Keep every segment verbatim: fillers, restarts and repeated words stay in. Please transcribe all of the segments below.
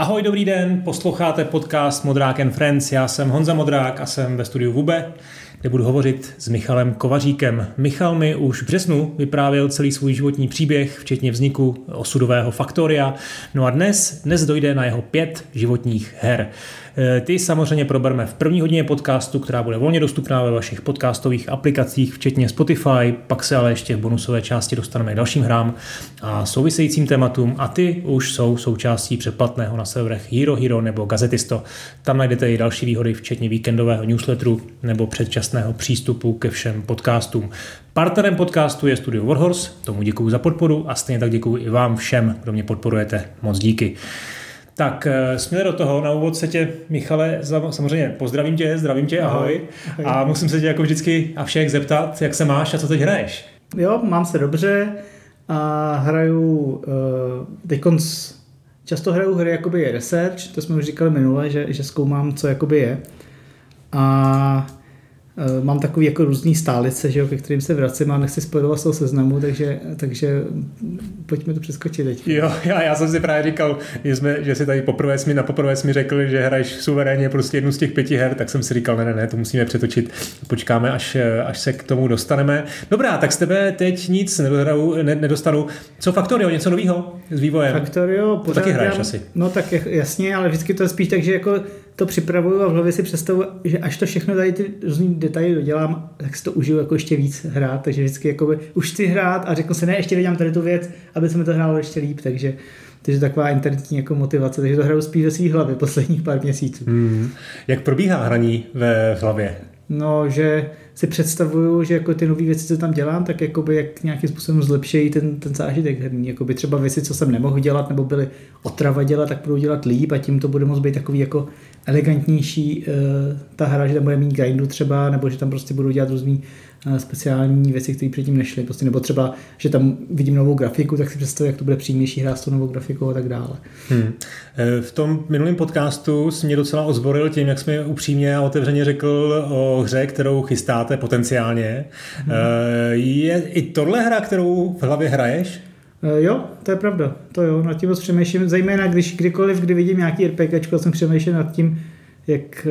Ahoj, dobrý den, posloucháte podcast Modrák and Friends. Já jsem Honza Modrák a jsem ve studiu Vube, kde budu hovořit s Michalem Kovaříkem. Michal mi už v březnu vyprávěl celý svůj životní příběh, včetně vzniku osudového Faktoria. No a dnes, dnes dojde na jeho pět životních her. Ty samozřejmě probereme v první hodině podcastu, která bude volně dostupná ve vašich podcastových aplikacích, včetně Spotify, pak se ale ještě v bonusové části dostaneme k dalším hrám a souvisejícím tématům a ty už jsou součástí předplatného na serverech Hero Hero nebo Gazetisto. Tam najdete i další výhody, včetně víkendového newsletteru nebo předčasného přístupu ke všem podcastům. Partnerem podcastu je Studio Warhorse, tomu děkuju za podporu a stejně tak děkuju i vám všem, kdo mě podporujete. Moc díky. Tak směle do toho, na úvod se tě, Michale, samozřejmě pozdravím tě, zdravím tě, ahoj. ahoj. A musím se tě jako vždycky a všech zeptat, jak se máš a co teď hraješ? Jo, mám se dobře a hraju, teď často hraju hry jakoby research, to jsme už říkali minule, že, že zkoumám, co jakoby je. A mám takový jako různý stálice, že jo, ke kterým se vracím a nechci spojovat z toho seznamu, takže, takže pojďme to přeskočit teď. Jo, já, já jsem si právě říkal, že, jsme, že si tady poprvé jsi mi, na poprvé jsi mi řekl, že hraješ suverénně prostě jednu z těch pěti her, tak jsem si říkal, ne, ne, ne, to musíme přetočit, počkáme, až, až se k tomu dostaneme. Dobrá, tak z tebe teď nic nedostanu. Co Faktorio, něco novýho s vývojem? Faktorio, pořád to taky hraješ já, asi. No tak jasně, ale vždycky to je spíš tak, že jako to připravuju a v hlavě si představuji, že až to všechno tady ty různý detaily dodělám, tak si to užiju jako ještě víc hrát, takže vždycky jakoby už chci hrát a řekl se, ne, ještě dodělám tady tu věc, aby se mi to hrálo ještě líp, takže to je taková internetní jako motivace, takže to hraju spíš ve svých hlavě posledních pár měsíců. Hmm. Jak probíhá hraní ve hlavě? No, že si představuju, že jako ty nové věci, co tam dělám, tak jakoby jak nějakým způsobem zlepšejí ten, ten zážitek herní. Jakoby třeba věci, co jsem nemohl dělat, nebo byly otrava dělat, tak budu dělat líp a tím to bude moct být takový jako elegantnější uh, ta hra, že tam bude mít grindu třeba, nebo že tam prostě budu dělat různý uh, speciální věci, které předtím nešly. Prostě, nebo třeba, že tam vidím novou grafiku, tak si představuji, jak to bude příjemnější hrát s tou novou grafikou a tak dále. Hmm. V tom minulém podcastu jsi mě docela ozboril tím, jak jsi mi upřímně a otevřeně řekl o hře, kterou chystáte potenciálně. Hmm. Je i tohle hra, kterou v hlavě hraješ? Jo, to je pravda. To jo, nad tím moc přemýšlím. Zejména když kdykoliv, kdy vidím nějaký RPGčko, jsem přemýšlel nad tím, jak,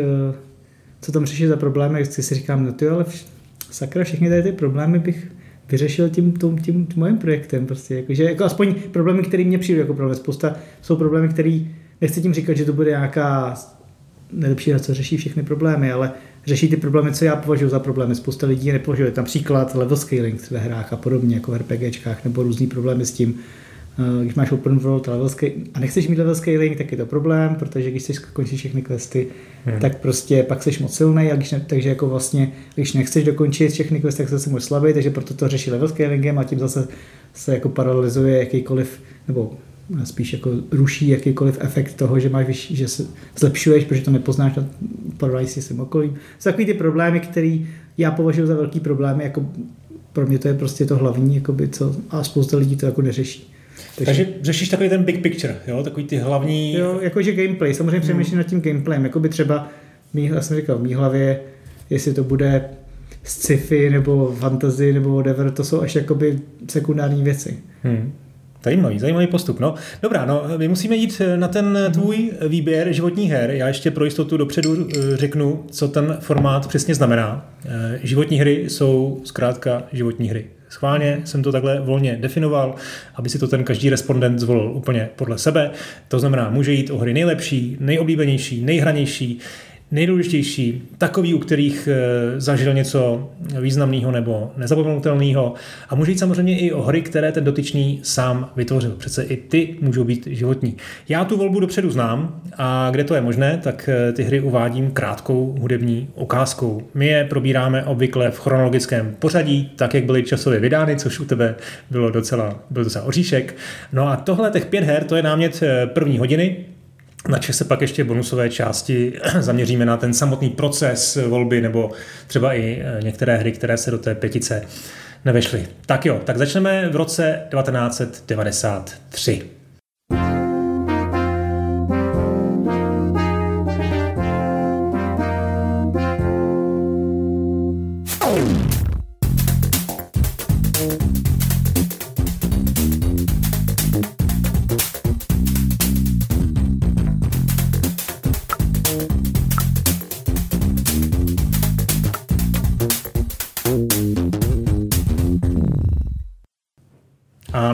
co tam řešit za problémy. Vždycky si říkám, no ty, ale sakra, všechny tady ty problémy bych vyřešil tím, tím, tím, tím mojím projektem. Prostě. Jako, že, jako aspoň problémy, které mě přijde jako problém. Spousta jsou problémy, které, nechci tím říkat, že to bude nějaká nejlepší, co řeší všechny problémy, ale řeší ty problémy, co já považuji za problémy. Spousta lidí je nepovažuje. Například level scaling ve hrách a podobně, jako v RPGčkách, nebo různý problémy s tím. Když máš open world a level scaling, a nechceš mít level scaling, tak je to problém, protože když chceš skončit všechny questy, hmm. tak prostě pak seš moc silnej, a když ne, takže jako vlastně, když nechceš dokončit všechny questy, tak se moc slabý, takže proto to řeší level scalingem a tím zase se jako paralelizuje jakýkoliv, nebo spíš jako ruší jakýkoliv efekt toho, že máš, že se zlepšuješ, protože to nepoznáš na porovnání si svým okolím. Jsou takový ty problémy, které já považuji za velký problémy, jako pro mě to je prostě to hlavní, jakoby, co, a spousta lidí to jako neřeší. Takže, Takže řešíš takový ten big picture, jo? Takový ty hlavní... Jo, jakože gameplay, samozřejmě přemýšlím hmm. nad tím gameplayem, jakoby třeba, mý, já jsem říkal, v mý hlavě, jestli to bude sci-fi nebo fantasy nebo whatever, to jsou až jakoby sekundární věci. Hmm. Zajímavý, zajímavý postup. No, dobrá, no, my musíme jít na ten tvůj výběr životních her. Já ještě pro jistotu dopředu řeknu, co ten formát přesně znamená. Životní hry jsou zkrátka životní hry. Schválně jsem to takhle volně definoval, aby si to ten každý respondent zvolil úplně podle sebe. To znamená, může jít o hry nejlepší, nejoblíbenější, nejhranější, nejdůležitější, takový, u kterých zažil něco významného nebo nezapomenutelného. A může jít samozřejmě i o hry, které ten dotyčný sám vytvořil. Přece i ty můžou být životní. Já tu volbu dopředu znám a kde to je možné, tak ty hry uvádím krátkou hudební ukázkou. My je probíráme obvykle v chronologickém pořadí, tak jak byly časově vydány, což u tebe bylo docela, byl docela oříšek. No a tohle těch pět her, to je námět první hodiny. Načež se pak ještě v bonusové části zaměříme na ten samotný proces volby nebo třeba i některé hry, které se do té pětice nevešly. Tak jo, tak začneme v roce devatenáct set devadesát tři.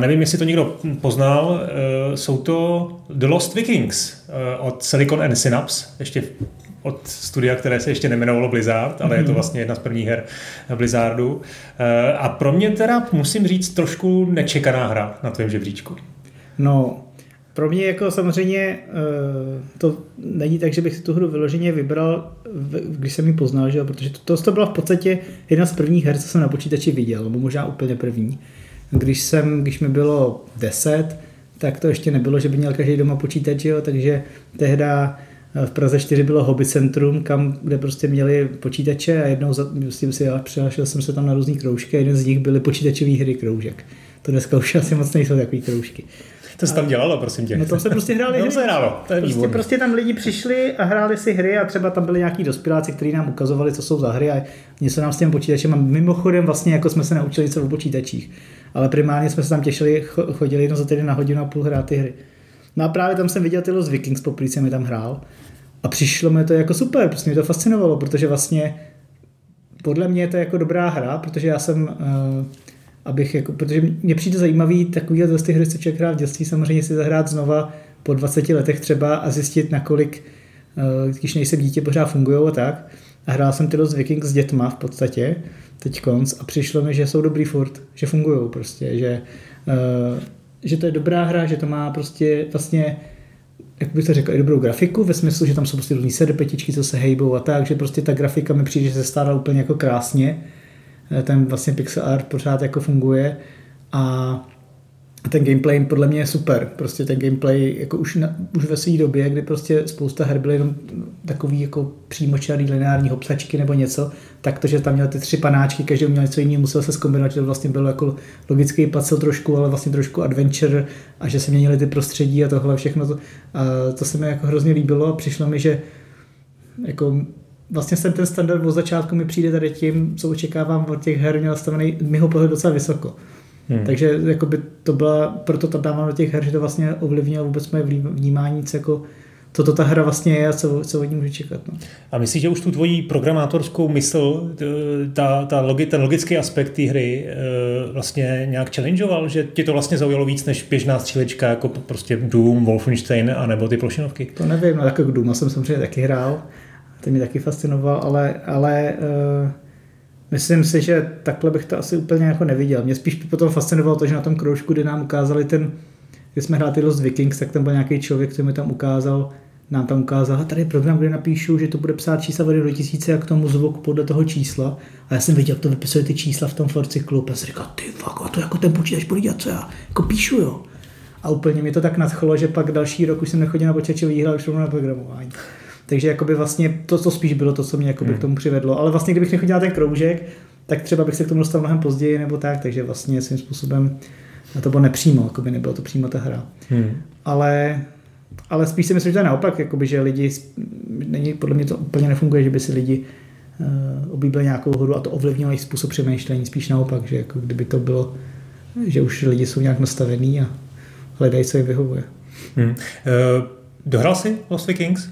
nevím, jestli to někdo poznal, jsou to The Lost Vikings od Silicon and Synapse, ještě od studia, které se ještě nejmenovalo Blizzard, ale mm-hmm. je to vlastně jedna z prvních her Blizzardu. A pro mě teda, musím říct, trošku nečekaná hra na tvém žebříčku. No, pro mě jako samozřejmě to není tak, že bych si tu hru vyloženě vybral, když jsem ji poznal, že? Protože to, to byla v podstatě jedna z prvních her, co jsem na počítači viděl, nebo možná úplně první. Když jsem, když mi bylo deset, tak to ještě nebylo, že by měl každý doma počítač, jo? Takže tehda v Praze čtyři bylo hobby centrum, kam, kde prostě měli počítače a jednou za, si, si, přihlášel jsem se tam na různý kroužky a jeden z nich byly počítačové hry kroužek. To dneska už asi moc nejsou takový kroužky. To se tam dělalo, prosím tě. No tam se prostě hráli hry. se hrálo, to je prostě, prostě tam lidi přišli a hráli si hry a třeba tam byli nějaký dospěláci, kteří nám ukazovali, co jsou za hry a něco nám s těm počítačem a mimochodem vlastně jako jsme se naučili něco o počítačích. Ale primárně jsme se tam těšili, chodili jedno za týden na hodinu a půl hrát ty hry. No a právě tam jsem viděl ty Lost Vikings, poprvé jsem je tam hrál a přišlo mi to jako super, prostě mě to fascinovalo, protože vlastně podle mě je to jako dobrá hra, protože já jsem... Uh, abych jako, protože mě přijde zajímavý takovýhle ty hry, co člověk hrál v dětství, samozřejmě si zahrát znova po dvaceti letech třeba a zjistit, nakolik, když nejsem dítě, pořád fungujou a tak. A hrál jsem ty Lost Vikings s dětma v podstatě, teď konc, a přišlo mi, že jsou dobrý furt, že fungujou prostě, že, že to je dobrá hra, že to má prostě vlastně, jak bych to řekl, i dobrou grafiku, ve smyslu, že tam jsou prostě různý sedepetičky, co se hejbou a tak, že prostě ta grafika mi přijde, že se stává úplně jako krásně. Ten vlastně pixel art pořád jako funguje a ten gameplay podle mě je super. Prostě ten gameplay jako už, na, už ve své době, kdy prostě spousta her byly jenom takový jako přímočarý lineární hopsačky nebo něco, tak to, že tam měl ty tři panáčky, každý měl něco jiného, musel se zkombinovat, že to vlastně bylo jako logický puzzle trošku, ale vlastně trošku adventure a že se měnily ty prostředí a tohle všechno. To, a to se mi jako hrozně líbilo a přišlo mi, že jako vlastně jsem ten standard od začátku mi přijde tady tím, co očekávám od těch her, měl nastavený mýho pohledu docela vysoko. Hmm. Takže jakoby to byla, proto tam dávám do těch her, že to vlastně ovlivnilo vůbec moje vnímání, co, jako, co to ta hra vlastně je a co, co od ní můžu čekat. No. A myslíš, že už tu tvoji programátorskou mysl, ta, ta logi, ten logický aspekt té hry vlastně nějak challengeoval, že ti to vlastně zaujalo víc než běžná střílečka, jako prostě Doom, Wolfenstein a nebo ty plošinovky? To nevím, no tak jako Doom jsem samozřejmě taky hrál. To mě taky fascinoval, ale, ale uh, myslím si, že takhle bych to asi úplně jako neviděl. Mě spíš potom fascinovalo to, že na tom kroužku, kdy nám ukázali ten, když jsme hráli ty Lost Vikings, tak tam byl nějaký člověk, který mi tam ukázal, nám tam ukázal, a tady je program, kde napíšu, že to bude psát čísla od do tisíce a k tomu zvuk podle toho čísla. A já jsem viděl, jak to vypisuje ty čísla v tom forcyklu. A jsem říkal, ty fakt, a to jako ten počítač bude dělat, co já jako píšu, jo. A úplně mi to tak nadchlo, že pak další rok už jsem nechodil na počítačový hry, už na programování. Takže jakoby vlastně to, to spíš bylo to, co mě jakoby hmm. k tomu přivedlo. Ale vlastně, kdybych nechodil na ten kroužek, tak třeba bych se k tomu dostal mnohem později nebo tak, takže vlastně svým způsobem to bylo nepřímo, jakoby nebylo to přímo ta hra. Hmm. Ale, ale spíš si myslím, že to je naopak, jakoby, že lidi, není, podle mě to úplně nefunguje, že by si lidi uh, oblíbili nějakou hru a to ovlivnilo jejich způsob přemýšlení, spíš naopak, že jako kdyby to bylo, že už lidi jsou nějak nastavení a hledají, co jim vyhovuje. Hmm. Uh, dohrál jsi Lost Vikings?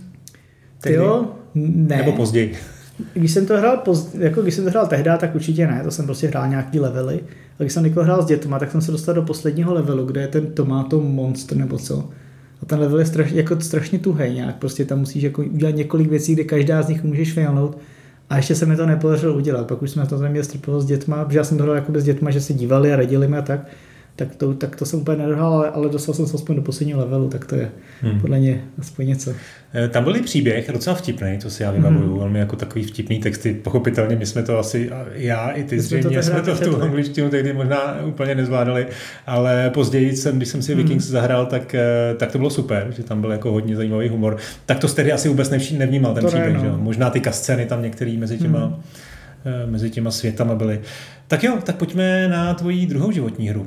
Jo, ne. Nebo později? Když jsem to hrál, poz, jako když jsem to hrál tehdy, tak určitě ne, to jsem prostě hrál nějaký levely. A když jsem někdo hrál s dětma, tak jsem se dostal do posledního levelu, kde je ten Tomato Monster nebo co. A ten level je straš, jako strašně tuhej nějak, prostě tam musíš jako udělat několik věcí, kde každá z nich můžeš failnout. A ještě se mi to nepodařilo udělat, pak už jsme to neměli strpělo s dětma, protože já jsem to hrál jako s dětma, že si dívali a radili mi a tak. Tak to, tak to jsem úplně nedohrál, ale, ale dostal jsem se aspoň do posledního levelu, tak to je hmm. podle mě aspoň něco. Tam byl příběh docela vtipný, to si já vybavuju, hmm. velmi jako takový vtipný texty. Pochopitelně my jsme to asi, já i ty zřejmě jsme to v tu angličtinu tehdy možná úplně nezvládali, ale později, jsem, když jsem si Vikings hmm. zahrál, tak, tak to bylo super, že tam byl jako hodně zajímavý humor. Tak to jsi asi vůbec nevnímal ten to příběh, ne, no. Že? Možná ty kascény tam některý mezi těma, hmm. mezi těma světama byly. Tak jo, tak pojďme na tvoji druhou životní hru.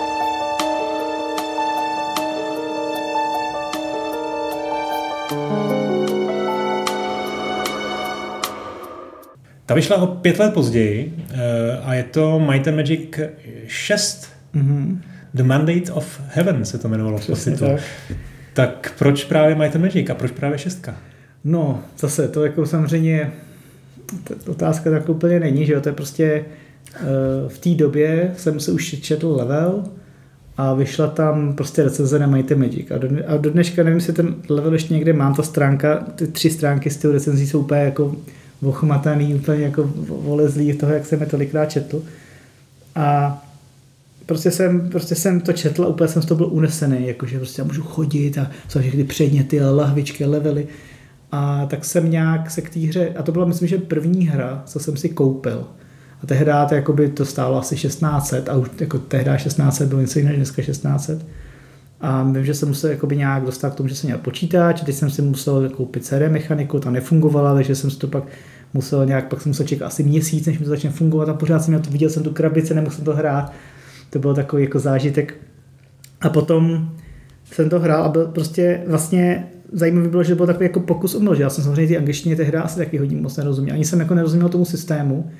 Thank you. Ta vyšla o pět let později a je to Might and Magic šest. Mm-hmm. The Mandate of Heaven se to jmenovalo. Tak. tak proč právě Might and Magic a proč právě šestka? No, zase to jako samozřejmě otázka tak úplně není, že jo, to je prostě v té době jsem se už četl level a vyšla tam prostě recenze na Might and Magic a do, a do dneška nevím, jestli ten level ještě někde mám, ta stránka, ty tři stránky z těch recenzí jsou úplně jako ochmataný, úplně jako volezlý toho, jak jsem je tolikrát četl a prostě jsem, prostě jsem to četl a úplně jsem z toho byl unesený, jakože prostě já můžu chodit a jsou všechny předměty a lahvičky a levely. A tak jsem nějak se k té hře, a to byla myslím, že první hra, co jsem si koupil. A tehdy to, jakoby, to stálo asi šestnáct set a už jako tehdy šestnáct set bylo něco jiného, dneska šestnáct set. A vím, že jsem musel jakoby nějak dostat k tomu, že jsem měl počítač, teď jsem si musel koupit C D mechaniku, ta nefungovala, takže jsem si to pak musel nějak, pak jsem musel čekat asi měsíc, než mi to začne fungovat a pořád jsem měl to, viděl jsem tu krabici, nemohl jsem to hrát. To byl takový jako zážitek. A potom jsem to hrál a byl prostě vlastně zajímavý bylo, že to byl takový jako pokus omyl, že já jsem samozřejmě ty angličtině tehdy asi taky hodně moc nerozuměl. Ani jsem jako nerozuměl tomu systému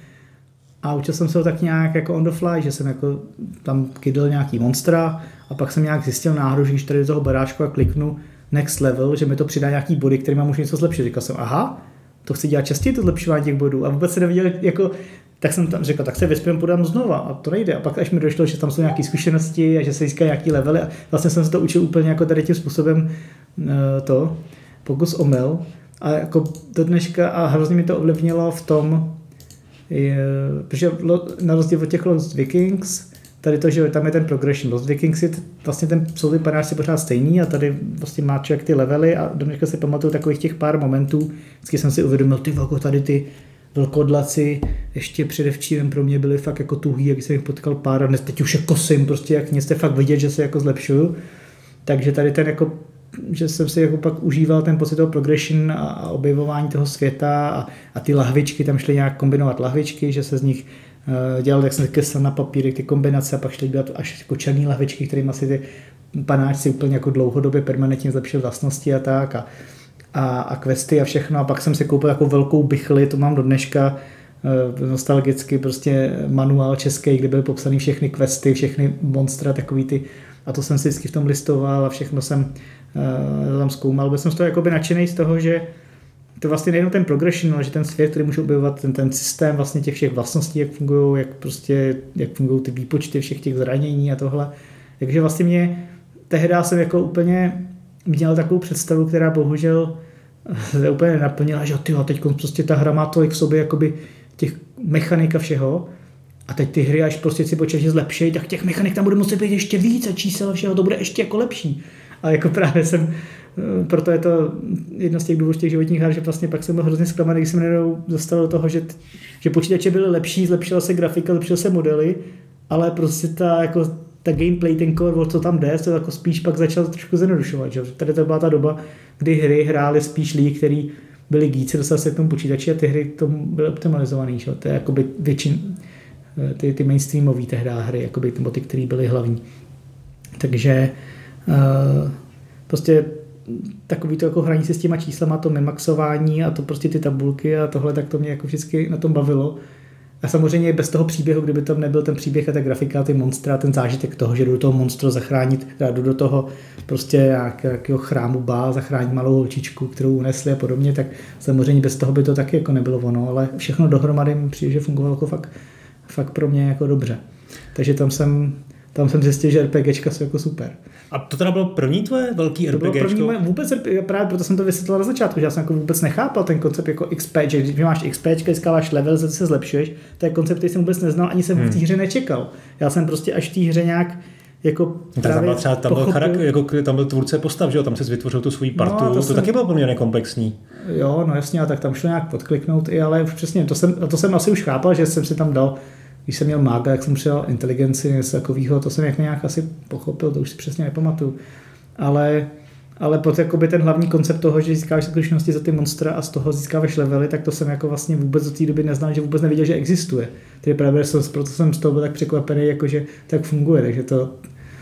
a učil jsem se ho tak nějak jako on the fly, že jsem jako tam kydl nějaký monstra a pak jsem nějak zjistil náhodou, že když tady do toho baráčku a kliknu next level, že mi to přidá nějaký body, který mám už něco zlepšit. Říkal jsem, aha, to chci dělat častěji, to zlepšování těch bodů a vůbec se neviděl jako. Tak jsem tam řekl, tak se vyspěm, podám znova a to nejde. A pak až mi došlo, že tam jsou nějaké zkušenosti a že se získají nějaký levely a vlastně jsem se to učil úplně jako tady tím způsobem to, pokus omyl. A jako do dneška a hrozně mi to ovlivnilo v tom, je, protože na rozdíl od těch Lost Vikings, tady to, že tam je ten progression. Lost Vikings je vlastně ten jsou ty panáři pořád stejný a tady vlastně má člověk ty levely a do dneška si pamatuju takových těch pár momentů, vždycky jsem si uvědomil, ty voko, tady ty velkodlaci ještě předevčírem pro mě byli fakt jako tuhý, jak jsem jich potkal pár a dnes teď už je kosím, prostě jak mě jste fakt vidět, že se jako zlepšuju. Takže tady ten jako, že jsem si jako pak užíval ten pocit toho progression a, a objevování toho světa a, a ty lahvičky, tam šly nějak kombinovat lahvičky, že se z nich uh, dělal, jak jsem si kreslil na papíry ty kombinace a pak šly dělat až jako černý lahvičky, kterým asi ty panáčci úplně jako dlouhodobě permanentně zlepšil vlastnosti a tak a A, a questy a všechno a pak jsem si koupil jako velkou bichli, to mám do dneška nostalgicky prostě manuál český, kde byly popsané všechny questy, všechny monstra, takový ty a to jsem si vždycky v tom listoval a všechno jsem uh, tam zkoumal. Byl jsem z toho jakoby nadšenej z toho, že to vlastně nejenom ten progression, ale že ten svět, který můžu objevovat, ten, ten systém vlastně těch všech vlastností, jak fungují, jak prostě, jak fungují ty výpočty všech těch zranění a tohle. Takže vlastně mě tehdy jsem jako úplně měl takovou představu, která bohužel se úplně nenaplnila, že tyjo, teď prostě ta hra má tolik v sobě jakoby těch mechanik a všeho a teď ty hry, až prostě si počítače zlepšejí, tak těch mechanik tam bude muset být ještě víc a čísel a všeho, to bude ještě jako lepší. A jako právě jsem, proto je to jedna z těch důvodů těch životních her, že vlastně pak jsem byl hrozně zklamaný, když jsem najednou dostal do toho, že, že počítače byly lepší, zlepšila se grafika, zlepšily se modely, ale prostě ta jako ta gameplay, ten core, co tam jde, to jako spíš pak začal trošku zjednodušovat. Že? Tady to byla ta doba, kdy hry hrály spíš lidi, kteří byli geeci, dostali se k tomu počítači a ty hry k tomu byly optimalizovaný. Že? To je jakoby většin, ty, ty mainstreamové tehdy hry, jakoby ty, ty, které byly hlavní. Takže uh, prostě takový to jako hraní si s těma číslama, to memaxování a to prostě ty tabulky a tohle, tak to mě jako vždycky na tom bavilo. A samozřejmě bez toho příběhu, kdyby tam nebyl ten příběh a ta grafika, ty monstra, ten zážitek toho, že jdu do toho monstru zachránit, jdu do toho prostě nějakého chrámu Bá, zachránit malou holčičku, kterou unesli a podobně, tak samozřejmě bez toho by to taky jako nebylo ono, ale všechno dohromady mi přijde, že fungovalo jako fakt, fakt pro mě jako dobře. Takže tam jsem, tam jsem zjistil, že RPGčka jsou jako super. A to teda bylo první tvoje velký RPGčko? To bylo první moje vůbec R P G, právě proto jsem to vysvětlil na začátku, že já jsem jako vůbec nechápal ten koncept jako X P, že když máš X P, získáváš level, se zlepšuješ, to je koncept, který jsem vůbec neznal, ani jsem hmm. v té hře nečekal. Já jsem prostě až v té hře nějak jako tam byl třeba tam byl, charak, jako, tam byl tvůrce postav, že jo, tam se vytvořil tu svou partu, no, to, to jsem, taky bylo poměrně komplexní. Jo, no jasně, a tak tam šlo nějak podkliknout i, ale už přesně, to jsem, to jsem asi už chápal, že jsem si tam dal, když jsem měl mága, jak jsem přidal inteligenci, něco takového, to jsem jak nějak asi pochopil, to už si přesně nepamatuju. Ale, ale pod jakoby ten hlavní koncept toho, že získáš zkušenosti za ty monstra a z toho získáváš levely, tak to jsem jako vlastně vůbec do té doby neznal, že vůbec nevěděl, že existuje. Tedy právě jsem, proto jsem z toho byl tak překvapený, jako že tak funguje, takže to,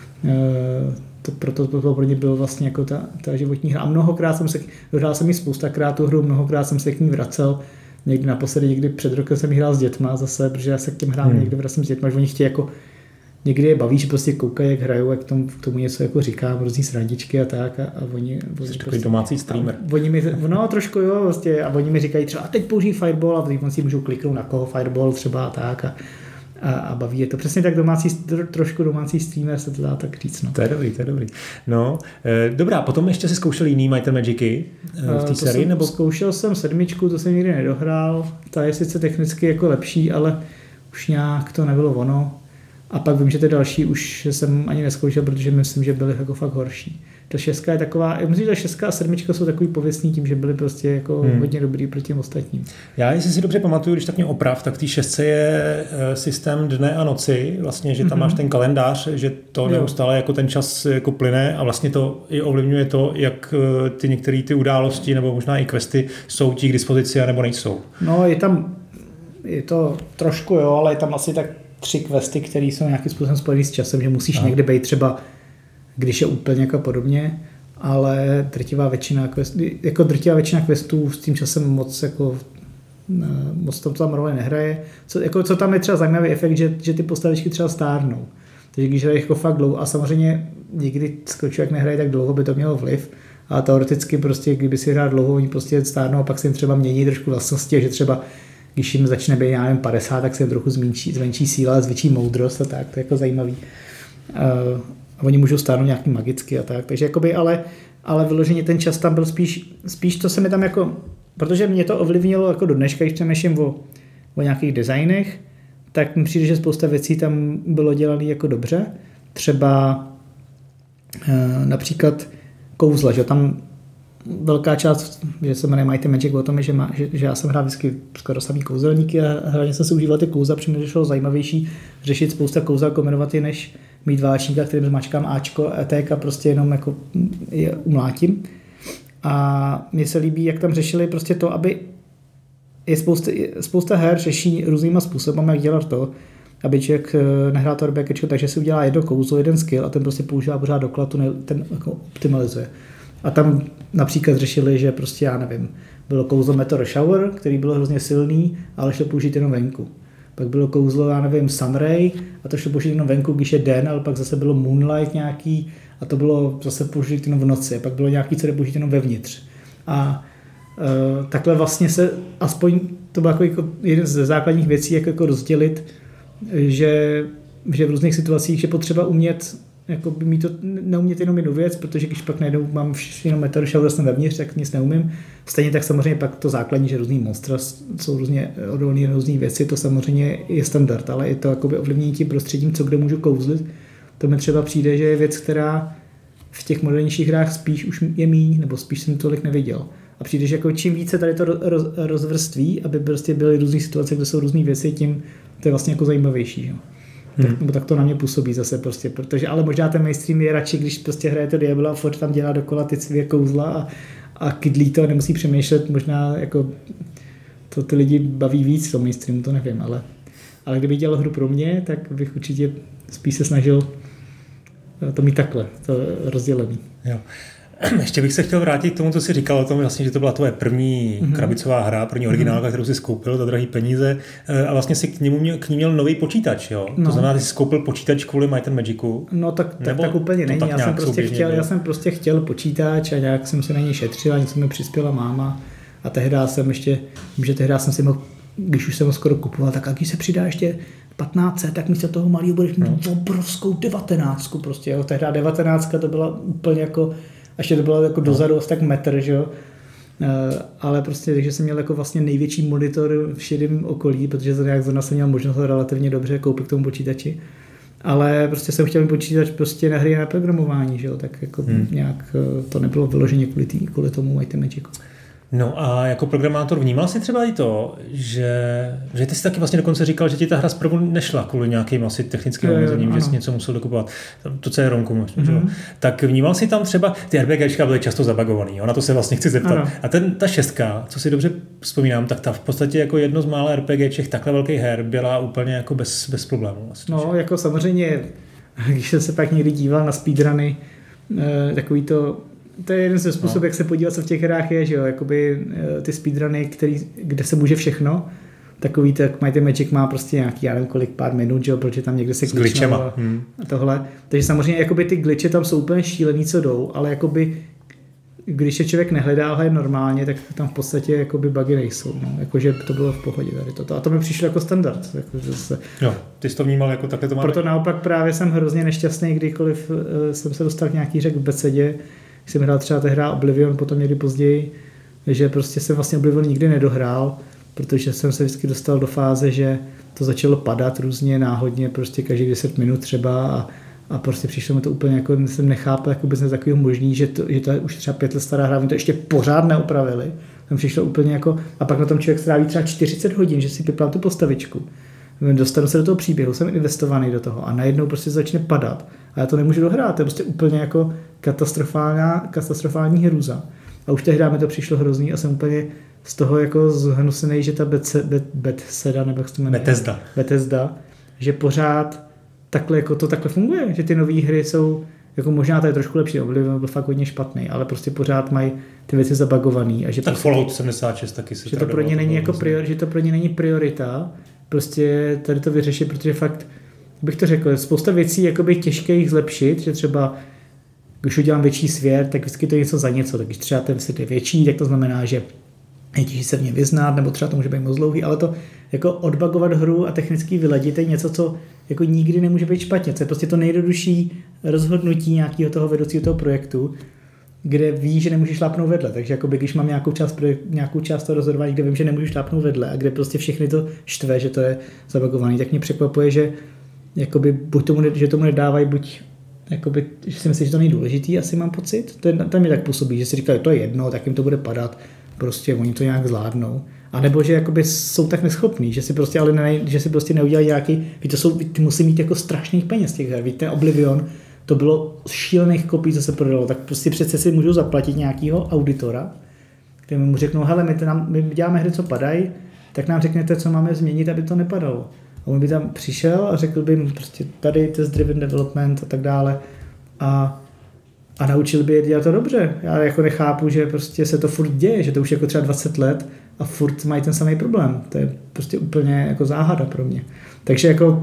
to proto to pro mě bylo vlastně jako ta, ta životní hra. A mnohokrát jsem se, dohrál jsem ji spoustakrát tu hru, mnohokrát jsem se k ní vracel, někdy naposledy, někdy před rokem jsem hrál s dětma zase, protože já se k těm hrám hmm. někdy vracím s dětma, že oni chtějí jako někdy je baví, že prostě koukají, jak hrajou, jak tomu, k tomu něco jako říkám, různý srandičky a tak a, a oni... Jsi prostě, takový domácí streamer. Oni mi, no trošku jo, prostě, a oni mi říkají třeba a teď použij Fireball a teď si můžou kliknout na koho Fireball třeba a tak a, a, a baví je to. Přesně tak domácí, trošku domácí streamer se to dá tak říct. No. To je dobrý, to je dobrý. No, e, dobrá, potom ještě si zkoušel jiný Might and Magicy e, v té sérii? Jsem, nebo? Zkoušel jsem sedmičku, to jsem nikdy nedohrál, ta je sice technicky jako lepší, ale už nějak to nebylo ono. A pak vím, že ty další už jsem ani neskoušel, protože myslím, že byly jako fakt horší. Ta šestka je taková, myslím, že ta šestka a sedmička jsou takový pověstný tím, že byly prostě jako hmm. hodně dobrý proti těm ostatním. Já, jestli si dobře pamatuju, když tak mě oprav, tak v té šestce je systém dne a noci, vlastně, že tam mm-hmm. máš ten kalendář, že to neustále jako ten čas jako plyne a vlastně to i ovlivňuje to, jak ty některé ty události nebo možná i questy jsou ti k dispozici a nebo nejsou. No, je tam, je to trošku jo, ale je tam asi tak tři questy, které jsou nějakým způsobem spojený s časem, že musíš Aha. někde být třeba, když je úplně jako podobně, ale drtivá většina questů, jako drtivá většina questů s tím časem moc jako moc to tam roli nehraje. Co, jako, co tam je třeba zajímavý efekt, že, že ty postavičky třeba stárnou. Takže když hraješ jako fakt dlouho, a samozřejmě někdy člověk nehraje tak dlouho, by to mělo vliv, ale teoreticky prostě, kdyby si hrál dlouho, oni prostě stárnou a pak se jim třeba mění trošku vlastnosti, že třeba když jim začne být, já nevím, padesát, tak se jim trochu zmenší, zmenší síla, zvětší moudrost a tak, to je jako zajímavý. Uh, a oni můžou stárnout nějaký magicky a tak, takže jakoby, ale, ale vyloženě ten čas tam byl spíš, spíš to se mi tam jako, protože mě to ovlivnilo jako do dneška, když přemýšlím o, o nějakých designech, tak mi přijde, že spousta věcí tam bylo dělané jako dobře. Třeba uh, například kouzla, že tam velká část, že se jmenuje Might and Magic o tom, že, má, že, že já jsem hrál vždycky skoro samý kouzelníky a hlavně jsem si užíval ty kouzla, protože mi šlo zajímavější řešit spousta kouzel, kombinovat je, než mít váčníka, kterým zmačkám Ačko, E T a prostě jenom jako je umlátím. A mně se líbí, jak tam řešili prostě to, aby je spousta, spousta her řeší různýma způsoby, jak dělat to, aby člověk nehrál to RPGčko, takže si udělá jedno kouzlo, jeden skill a ten prostě používá pořád doklad, ten jako optimalizuje. A tam například řešili, že prostě, já nevím, bylo kouzlo Meteor Shower, který bylo hrozně silný, ale šlo použít jenom venku. Pak bylo kouzlo, já nevím, Sunray a to šlo použít jenom venku, když je den, ale pak zase bylo Moonlight nějaký a to bylo zase použít jenom v noci. A pak bylo nějaký, co jde použít jenom vevnitř. A e, takhle vlastně se, aspoň to bylo jako, jako jeden z základních věcí, jak jako rozdělit, že, že v různých situacích je potřeba umět jako by mít to, neumět jenom jednu věc, protože když pak najednou mám jenom Meteor Shower, jsem vevnitř, tak nic neumím. Stejně tak samozřejmě pak to základní, že různý monstra jsou různě odolné různé věci, to samozřejmě je standard, ale je to jakoby ovlivnění tím prostředím, co kde můžu kouzlit. To mi třeba přijde, že je věc, která v těch modernějších hrách spíš už je míň, nebo spíš jsem tolik neviděl. A přijde, že jako čím více tady to roz, rozvrství, aby prostě byly různé situace, kde jsou různé věci, tím to je vlastně jako zajímavější. Jo. Tak, hmm. tak to na mě působí zase prostě, protože, ale možná ten mainstream je radši, když prostě hraje to Diablo a furt tam dělá dokola ty svě kouzla a, a kydlí to a nemusí přemýšlet, možná jako to ty lidi baví víc v tom mainstreamu, to nevím, ale, ale kdyby dělal hru pro mě, tak bych určitě spíš se snažil to mít takhle, to rozdělený. Jo. Ještě bych se chtěl vrátit k tomu, co jsi říkal o tom, vlastně, že to byla tvoje první mm-hmm. krabicová hra, první originálka, kterou jsi skoupil za drahý peníze a vlastně si k němu měl, k ní měl nový počítač, jo? No. To znamená, že jsi skoupil počítač kvůli Might and Magicu. No tak, tak, tak úplně není. Já jsem, prostě chtěl, já jsem prostě chtěl počítač a nějak jsem se na něj šetřil a něco mi přispěla máma a tehdy jsem ještě, že tehdy jsem si mohl, když už jsem ho skoro kupoval, tak když se přidá ještě patnáct set, tak místo toho malého budeš mít no. obrovskou devatenáctku prostě, jo? Tehdy devatenáctka to byla úplně jako a ještě to bylo jako dozadu asi tak metr, že jo. Uh, ale prostě, takže jsem měl jako vlastně největší monitor v šedém okolí, protože to nějak zrovna jsem měl možnost ho relativně dobře koupit k tomu počítači. Ale prostě jsem chtěl mít počítač prostě na hry a na programování, že jo, tak jako hmm. nějak to nebylo vyloženě kvůli, tý, kvůli tomu Might and Magicu. No a jako programátor vnímal jsi třeba i to, že, že ty jsi taky vlastně dokonce říkal, že ti ta hra zprvu nešla kvůli nějakým asi technickým omezením, že jsi něco musel dokupovat, to C R-omku možná, mm-hmm. Tak vnímal jsi tam třeba, ty RPGčka byly často zabagovaný, jo? Na to se vlastně chci zeptat. Ano. A ten, ta šestka, co si dobře vzpomínám, tak ta v podstatě jako jedno z mála RPGček takhle velkých her byla úplně jako bez, bez problémů. Vlastně, no že? Jako samozřejmě, když jsem se pak někdy díval na speedruny, takový to to je jeden ze způsobů, no. jak se podívat, co v těch hrách je, že jo, jakoby ty speedruny, který, kde se může všechno, takový, tak Might and Magic má prostě nějaký, já nevím kolik, pár minut, že jo, protože tam někde se glitchnou a, hmm. a tohle. Takže samozřejmě jakoby ty glitche tam jsou úplně šílený, co jdou, ale jakoby když je člověk nehledá, ale je normálně, tak tam v podstatě jakoby bugy nejsou. No. Jakože to bylo v pohodě tady toto. A to mi přišlo jako standard. Jako, že se... Jo, ty jsi to vnímal jako takhle to má. Proto naopak právě jsem hrozně nešťastný, kdykoliv uh, jsem se dostal k nějaký řek v Becedě, když jsem hrál třeba hra Oblivion, potom někdy později, že prostě jsem vlastně Oblivion nikdy nedohrál, protože jsem se vždycky dostal do fáze, že to začalo padat různě náhodně, prostě každý deset minut třeba a A prostě přišlo mi to úplně jako, jsem nechápal jako vůbec takového možný, že to, že to je už třeba pět let stará hra, oni to ještě pořád neopravili. Tam přišlo úplně jako, a pak na tom člověk stráví třeba čtyřicet hodin, že si vyplám tu postavičku. Dostanu se do toho příběhu, jsem investovaný do toho a najednou prostě začne padat. A já to nemůžu dohrát, to je prostě úplně jako katastrofální, katastrofální hrůza. A už tehdy mi to přišlo hrozný a jsem úplně z toho jako zhnusený, že ta Bethesda, nebo jak se to jmenuje? Bethesda. Bethesda, že pořád takhle jako to takhle funguje, že ty nové hry jsou, jako možná to je trošku lepší, Oblivion byl fakt hodně špatný, ale prostě pořád mají ty věci zabagovaný. A že tak prostě, Fallout sedmdesát šest taky se že to pro ně není jako prior, že to pro ně není priorita, prostě tady to vyřešit, protože fakt, bych to řekl, spousta věcí jakoby těžké jich zlepšit, že třeba když udělám větší svět, tak vždycky to je něco za něco, tak když třeba ten svět je větší, tak to znamená, že je těžší se v něm vyznát, nebo třeba to může být moc dlouhý, ale to jako odbagovat hru a technicky vyladit je něco, co jako nikdy nemůže být špatně. To je prostě to nejjednodušší rozhodnutí nějakého toho vedoucího toho projektu, kde ví, že nemůže šlápnout vedle. Takže jakoby, když mám nějakou část, nějakou část toho rozhodování, kde vím, že nemůžu šlápnout vedle a kde prostě všechny to štve, že to je zabagovaný, tak mě překvapuje, že jakoby, buď tomu, že tomu nedávají, buď jakoby, že si myslím, že to není důležitý, asi mám pocit. To je, tam mi tak působí, že si říkají, to je jedno, tak jim to bude padat. Prostě oni to nějak zvládnou. A nebo že jakoby jsou tak neschopní, že si prostě ale ne, že si prostě neudělají nějaký, ví, to jsou, ty musí mít jako strašných peněz těch her. Víte, Oblivion, to bylo šílených kopií, co se prodalo, tak prostě přece si můžou zaplatit nějakého auditora, který mu řeknou, hele, my, nám, my děláme hry, co padají, tak nám řekněte, co máme změnit, aby to nepadalo. A on by tam přišel a řekl by mu prostě tady test driven development a tak dále a A naučil by je dělat to dobře. Já jako nechápu, že prostě se to furt děje, že to už jako třeba dvacet let a furt mají ten samý problém. To je prostě úplně jako záhada pro mě. Takže jako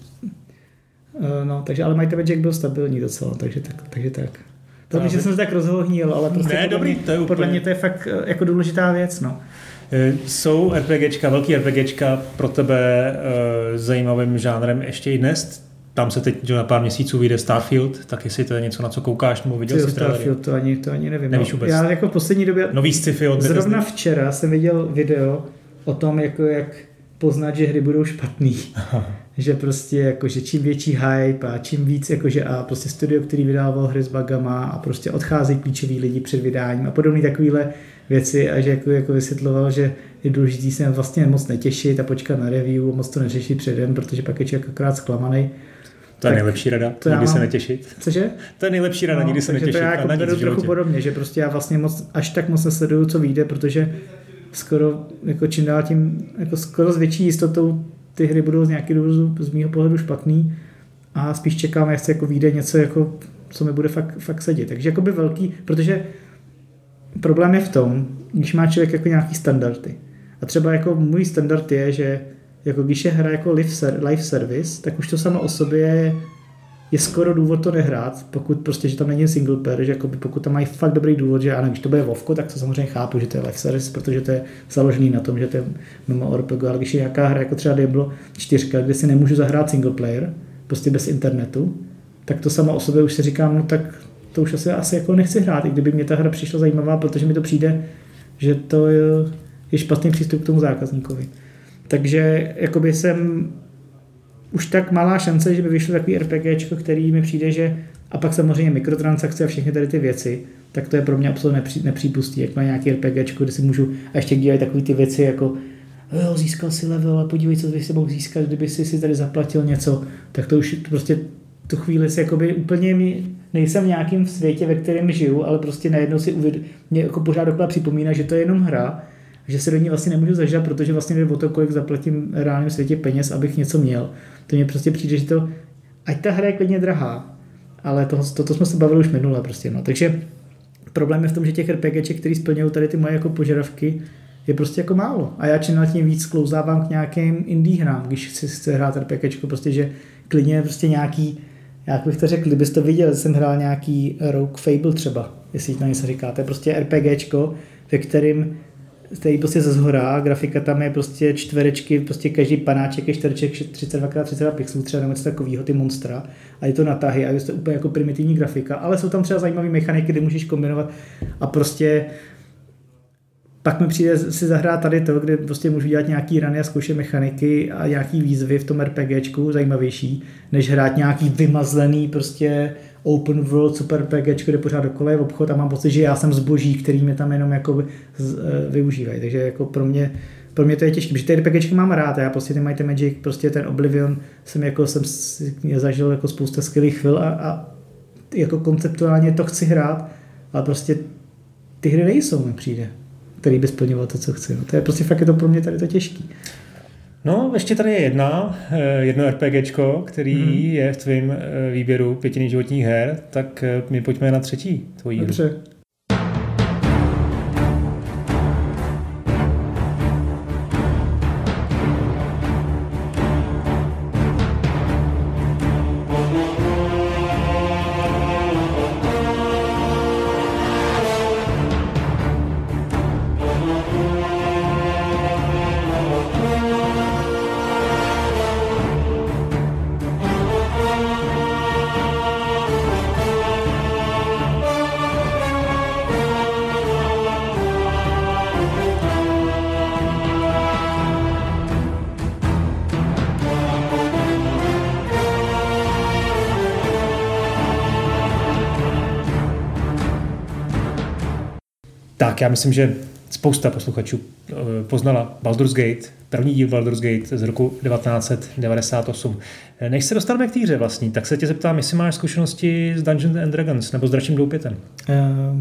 no, takže ale Might and Magic byl stabilní docela, takže tak. Takže tak. To že jsem se tak rozhohnil, ale prostě ne, podle, dobrý, mě, to je úplně... podle mě to je fakt jako důležitá věc. No. Jsou RPGčka, velký RPGčka pro tebe e, zajímavým žánrem ještě i dnes? Tam se teď na pár měsíců vyjde Starfield, tak jestli to je něco, na co koukáš, nebo viděl Ty jsi Starfield, to ani, to ani nevím. Nevíš vůbec. Já jako v poslední době... Nový sci-fi od Zrovna včera jsem viděl video o tom, jako jak poznat, že hry budou špatný. Že prostě jako, že čím větší hype a čím víc, jakože a prostě studio, který vydával hry s bugama a prostě odcházejí klíčoví lidi před vydáním a podobné takovéhle věci a že jako, jako vysvětloval, že je důležitý se vlastně moc netěšit a počkat na review a moc to neřešit předem, protože pak je člověk akorát zklamaný. To je nejlepší rada, nikdy mám... se netěšit. Cože? To je nejlepší rada, no, nikdy se netěšit. To já jako beru trochu podobně, že prostě já vlastně moc, až tak moc nesleduju, co vyjde, protože skoro jako čím dál tím, jako skoro s větší jistotou ty hry budou z nějakého důvodu z mýho pohledu špatný a spíš čekám, jestli jako vyjde něco, jako, co mi bude fakt, fakt sedět. Takže jakoby velký, protože problém je v tom, když má člověk jako nějaký standardy. A třeba jako můj standard je, že jako když je hra jako live service, tak už to samo o sobě je skoro důvod to nehrát, pokud prostě, že tam není single player, že jako pokud tam mají fakt dobrý důvod, že ano, když to bude Vovko, tak to samozřejmě chápu, že to je live service, protože to je založený na tom, že to je MMORPG, ale když je nějaká hra jako třeba Diablo čtyři, kde si nemůžu zahrát single player, prostě bez internetu, tak to samo o sobě už si říkám, no tak to už asi, asi jako nechci hrát, i kdyby mě ta hra přišla zajímavá, protože mi to přijde, že to je, je špatný přístup k tomu zákazníkovi. Takže jakoby jsem už tak malá šance, že by vyšlo takový RPGčko, který mi přijde, že a pak samozřejmě mikrotransakce a všechny tady ty věci, tak to je pro mě absolutně nepří, nepřípustný, jak má nějaký RPGčko, kde si můžu a ještě dělat takové ty věci jako jo, získal si level a podívej, co bys si mohl získat, kdyby si si tady zaplatil něco, tak to už prostě tu chvíli si jakoby úplně mi nejsem v nějakém světě, ve kterém žiju, ale prostě najednou si uvěd, mě jako pořád dokola připomíná, že to je jenom hra, že se do ní vlastně nemůžu zažít, protože vlastně jde o to, kolik zaplatím v reálném světě peněz, abych něco měl. To mně prostě přijde, že to, ať ta hra je klidně drahá, ale to, to, to jsme se bavili už minule prostě, no. Takže problém je v tom, že těch RPGček, který splňují tady ty moje jako požadavky, je prostě jako málo. A já čím dál tím víc klouzávám k nějakým indie hrám, když si chci hrát RPGčko, prostě, že klidně prostě nějaký, jak bych to řekl, kdybyste to viděl, jsem hrál nějaký Rogue Fable třeba, jestli to něco říká, to je prostě RPGčko, ve kterým který prostě ze zhora, grafika tam je prostě čtverečky, prostě každý panáček je čtvereček třicet dva krát třicet dva pixelů, třeba nebo něco takového, ty monstra, a je to na tahy a je to úplně jako primitivní grafika, ale jsou tam třeba zajímavé mechaniky, kdy můžeš kombinovat a prostě pak mi přijde si zahrát tady to, kde prostě můžu dělat nějaký rany a zkoušet mechaniky a nějaký výzvy v tom RPGčku zajímavější, než hrát nějaký vymazlený prostě open world super RPGčko, kde pořád dokola je obchod a mám pocit, že já jsem zboží, který mě tam jenom jako využívají. Takže jako pro mě, pro mě to je těžké, protože ty RPGčky mám rád, já prostě ty Might and Magic, prostě ten Oblivion jsem jako jsem zažil jako spousta skvělých chvil a, a jako konceptuálně to chci hrát, ale prostě ty hry nejsou, mi přijde, který by splňoval to, co chci. No, to je prostě fakt je to pro mě tady to těžký. No, ještě tady je jedna, jedno RPGčko, který hmm. je v tvém výběru pěti životních her, tak my pojďme na třetí tvojí hru. Dobře. Tak, já myslím, že spousta posluchačů poznala Baldur's Gate, první díl Baldur's Gate z roku devatenáct set devadesát osm. Než se dostaneme k té hře vlastní, tak se tě zeptám, jestli máš zkušenosti s Dungeons and Dragons nebo s Dračím doupětem? E,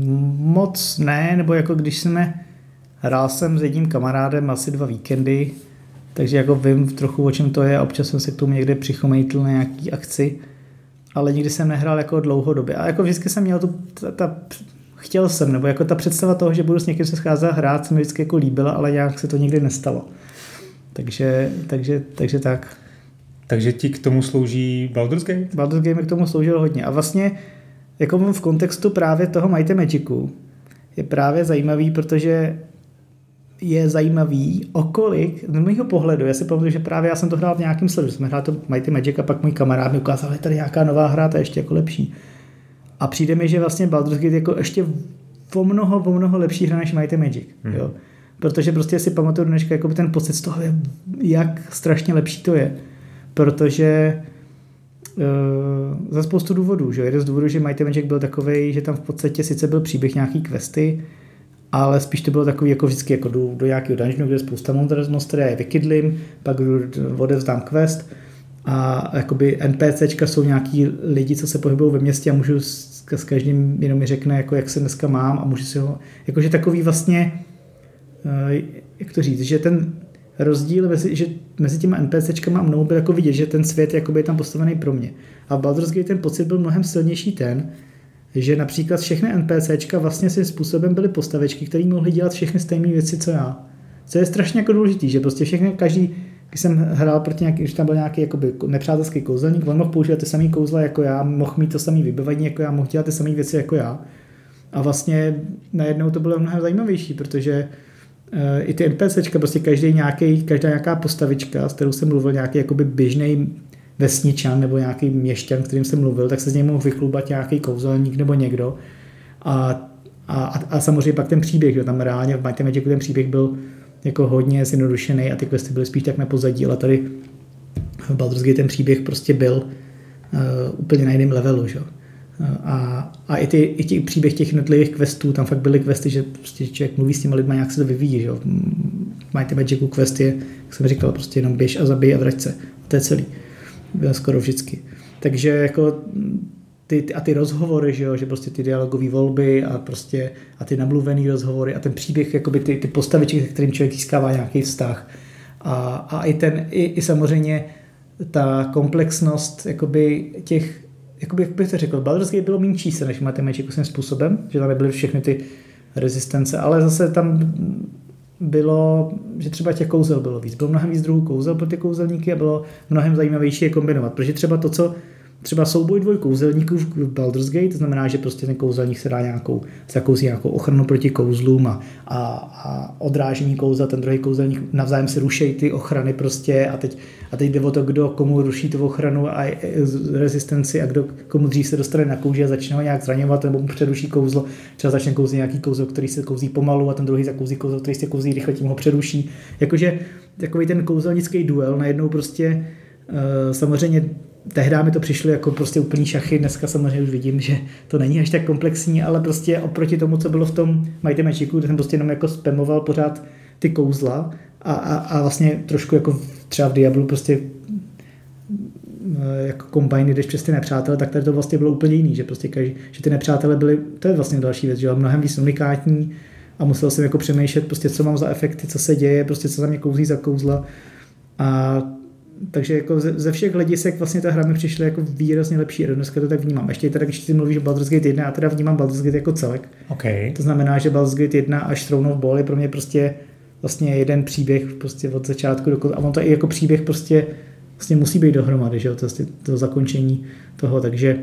moc ne, nebo jako když jsme hrál jsem s jedním kamarádem asi dva víkendy, takže jako vím trochu, o čem to je a občas jsem se k tomu někde přichomejtl na nějaký akci, ale nikdy jsem nehrál jako dlouhodobě. A jako vždycky jsem měl tu, ta, ta chtěl jsem, nebo jako ta představa toho, že budu s někým se scházet a hrát, se mi vždycky jako líbila, ale nějak se to nikdy nestalo. Takže, takže, takže tak. Takže ti k tomu slouží Baldur's Gate? Baldur's Gate mi k tomu sloužil hodně. A vlastně jako v kontextu právě toho Might and Magicu je právě zajímavý, protože je zajímavý, okolik, z mého pohledu, já si pamatuju, že právě já jsem to hrál v nějakém sledu, jsme hráli to Might and Magic a pak můj kamarád mi ukázal, že tady nějaká nová hra, ta je ještě jako lepší. A přijde mi, že vlastně Baldur's Gate jako ještě o mnoho, o mnoho lepší hra než Might and Magic. Hmm. Jo. Protože prostě si pamatuju dneška jako ten pocit z toho, jak strašně lepší to je. Protože uh, za spoustu důvodů. Že? Jeden z důvodů, že Might and Magic byl takovej, že tam v podstatě sice byl příběh nějaký questy, ale spíš to bylo takový jako vždycky jako do, do nějakého dungeonu, kde je spousta monster, já je vykydlím, pak odevzdám quest a jakoby NPCčka jsou nějaký lidi, co se pohybují ve městě a můžu s, s každým jenom mi řekne, jako jak se dneska mám a můžu si ho, jakože takový vlastně, jak to říct, že ten rozdíl mezi, že mezi těma NPCčkama a mnou byl jako vidět, že ten svět jakoby je tam postavený pro mě. A v Baldur's Gate ten pocit byl mnohem silnější ten, že například všechny NPCčka vlastně svým způsobem byly postavečky, které mohly dělat všechny stejné věci, co já. Co je strašně jako důležitý, že prostě všechny, každý, když jsem hrál proti nějaký, když tam byl nějaký jakoby nepřátelský kouzelník, on mohl používat ty samé kouzla jako já, mohl mít to samé vybavení jako já, mohl dělat ty samé věci jako já. A vlastně najednou to bylo mnohem zajímavější, protože uh, i ty NPCčka, prostě každý nějaký, každá nějaká postavička, s kterou jsem mluvil, nějaký jakoby běžný vesničan nebo nějaký měšťan, kterým jsem mluvil, tak se z něj mohl vychlubat nějaký kouzelník nebo někdo. A, a, a samozřejmě pak ten příběh, že tam reálně v Might and Magicu ten příběh byl jako hodně zjednodušený a ty questy byly spíš tak na pozadí, ale tady v Baldur's Gate ten příběh prostě byl uh, úplně na jiném levelu. Že? A, a i, ty, i ty příběh těch jednotlivých questů, tam fakt byly questy, že prostě člověk mluví s těma lidma, nějak se to vyvíjí. Že? V Might and Magicu quest je, jak jsem říkal, prostě jenom běž a zabij a vrať se. A to je celý. Bylo skoro vždycky. Takže jako ty, ty, a ty rozhovory, že, jo, že prostě ty dialogové volby a prostě a ty namluvený rozhovory a ten příběh, jakoby ty, ty postavičky, se kterým člověk získává nějaký vztah. A, a i ten, i, i samozřejmě ta komplexnost jakoby těch jakoby, jak bych to řekl, Baldur's Gate bylo méně čísel než Might and Magic svým způsobem, že tam nebyly všechny ty rezistence, ale zase tam bylo, že třeba těch kouzel bylo víc. Bylo mnohem víc druhů kouzel pro ty kouzelníky a bylo mnohem zajímavější je kombinovat, protože třeba to, co třeba souboj dvoj kouzelníků v Baldur's Gate, to znamená, že prostě ten kouzelník se dá nějakou, zakouzí nějakou ochranu proti kouzlům a, a, a odrážení kouzel, ten druhý kouzelník navzájem se ruší ty ochrany prostě a teď, a teď jde o to, kdo komu ruší tu ochranu a rezistenci a kdo komu dřív se dostane na kouži a začne ho nějak zraňovat nebo mu přeruší kouzlo, třeba začne kouzit nějaký kouzlo, který se kouzí pomalu a ten druhý zakouzí kouzlo, který se kouzí rychle, tím ho přeruší. Jakože takový ten kouzelnický duel najednou prostě uh, samozřejmě tehdy mi to přišlo jako prostě úplný šachy, dneska samozřejmě už vidím, že to není až tak komplexní, ale prostě oproti tomu, co bylo v tom Might and Magicu, kde jsem prostě jenom jako spamoval pořád ty kouzla a, a, a vlastně trošku jako třeba v Diablu prostě jako kombajny jdeš přes ty nepřátele, tak tady to vlastně bylo úplně jiný, že prostě každý, že ty nepřátele byly, to je vlastně další věc, že jo, mnohem víc unikátní a musel jsem jako přemýšlet prostě, co mám za efekty, co se děje, prostě co za mě kouzí za kouzla a takže jako ze, ze všech hledisek vlastně ta hra mi přišla jako výrazně lepší a dneska to tak vnímám. Ještě teda, když ty mluvíš o Baldur's Gate jedna, já teda vnímám Baldur's Gate jako celek. Okay. To znamená, že Baldur's Gate jedna až Throne of Ball je pro mě prostě vlastně jeden příběh prostě od začátku do konce. A on to i jako příběh prostě vlastně musí být dohromady, že jo, to, to zakončení toho, takže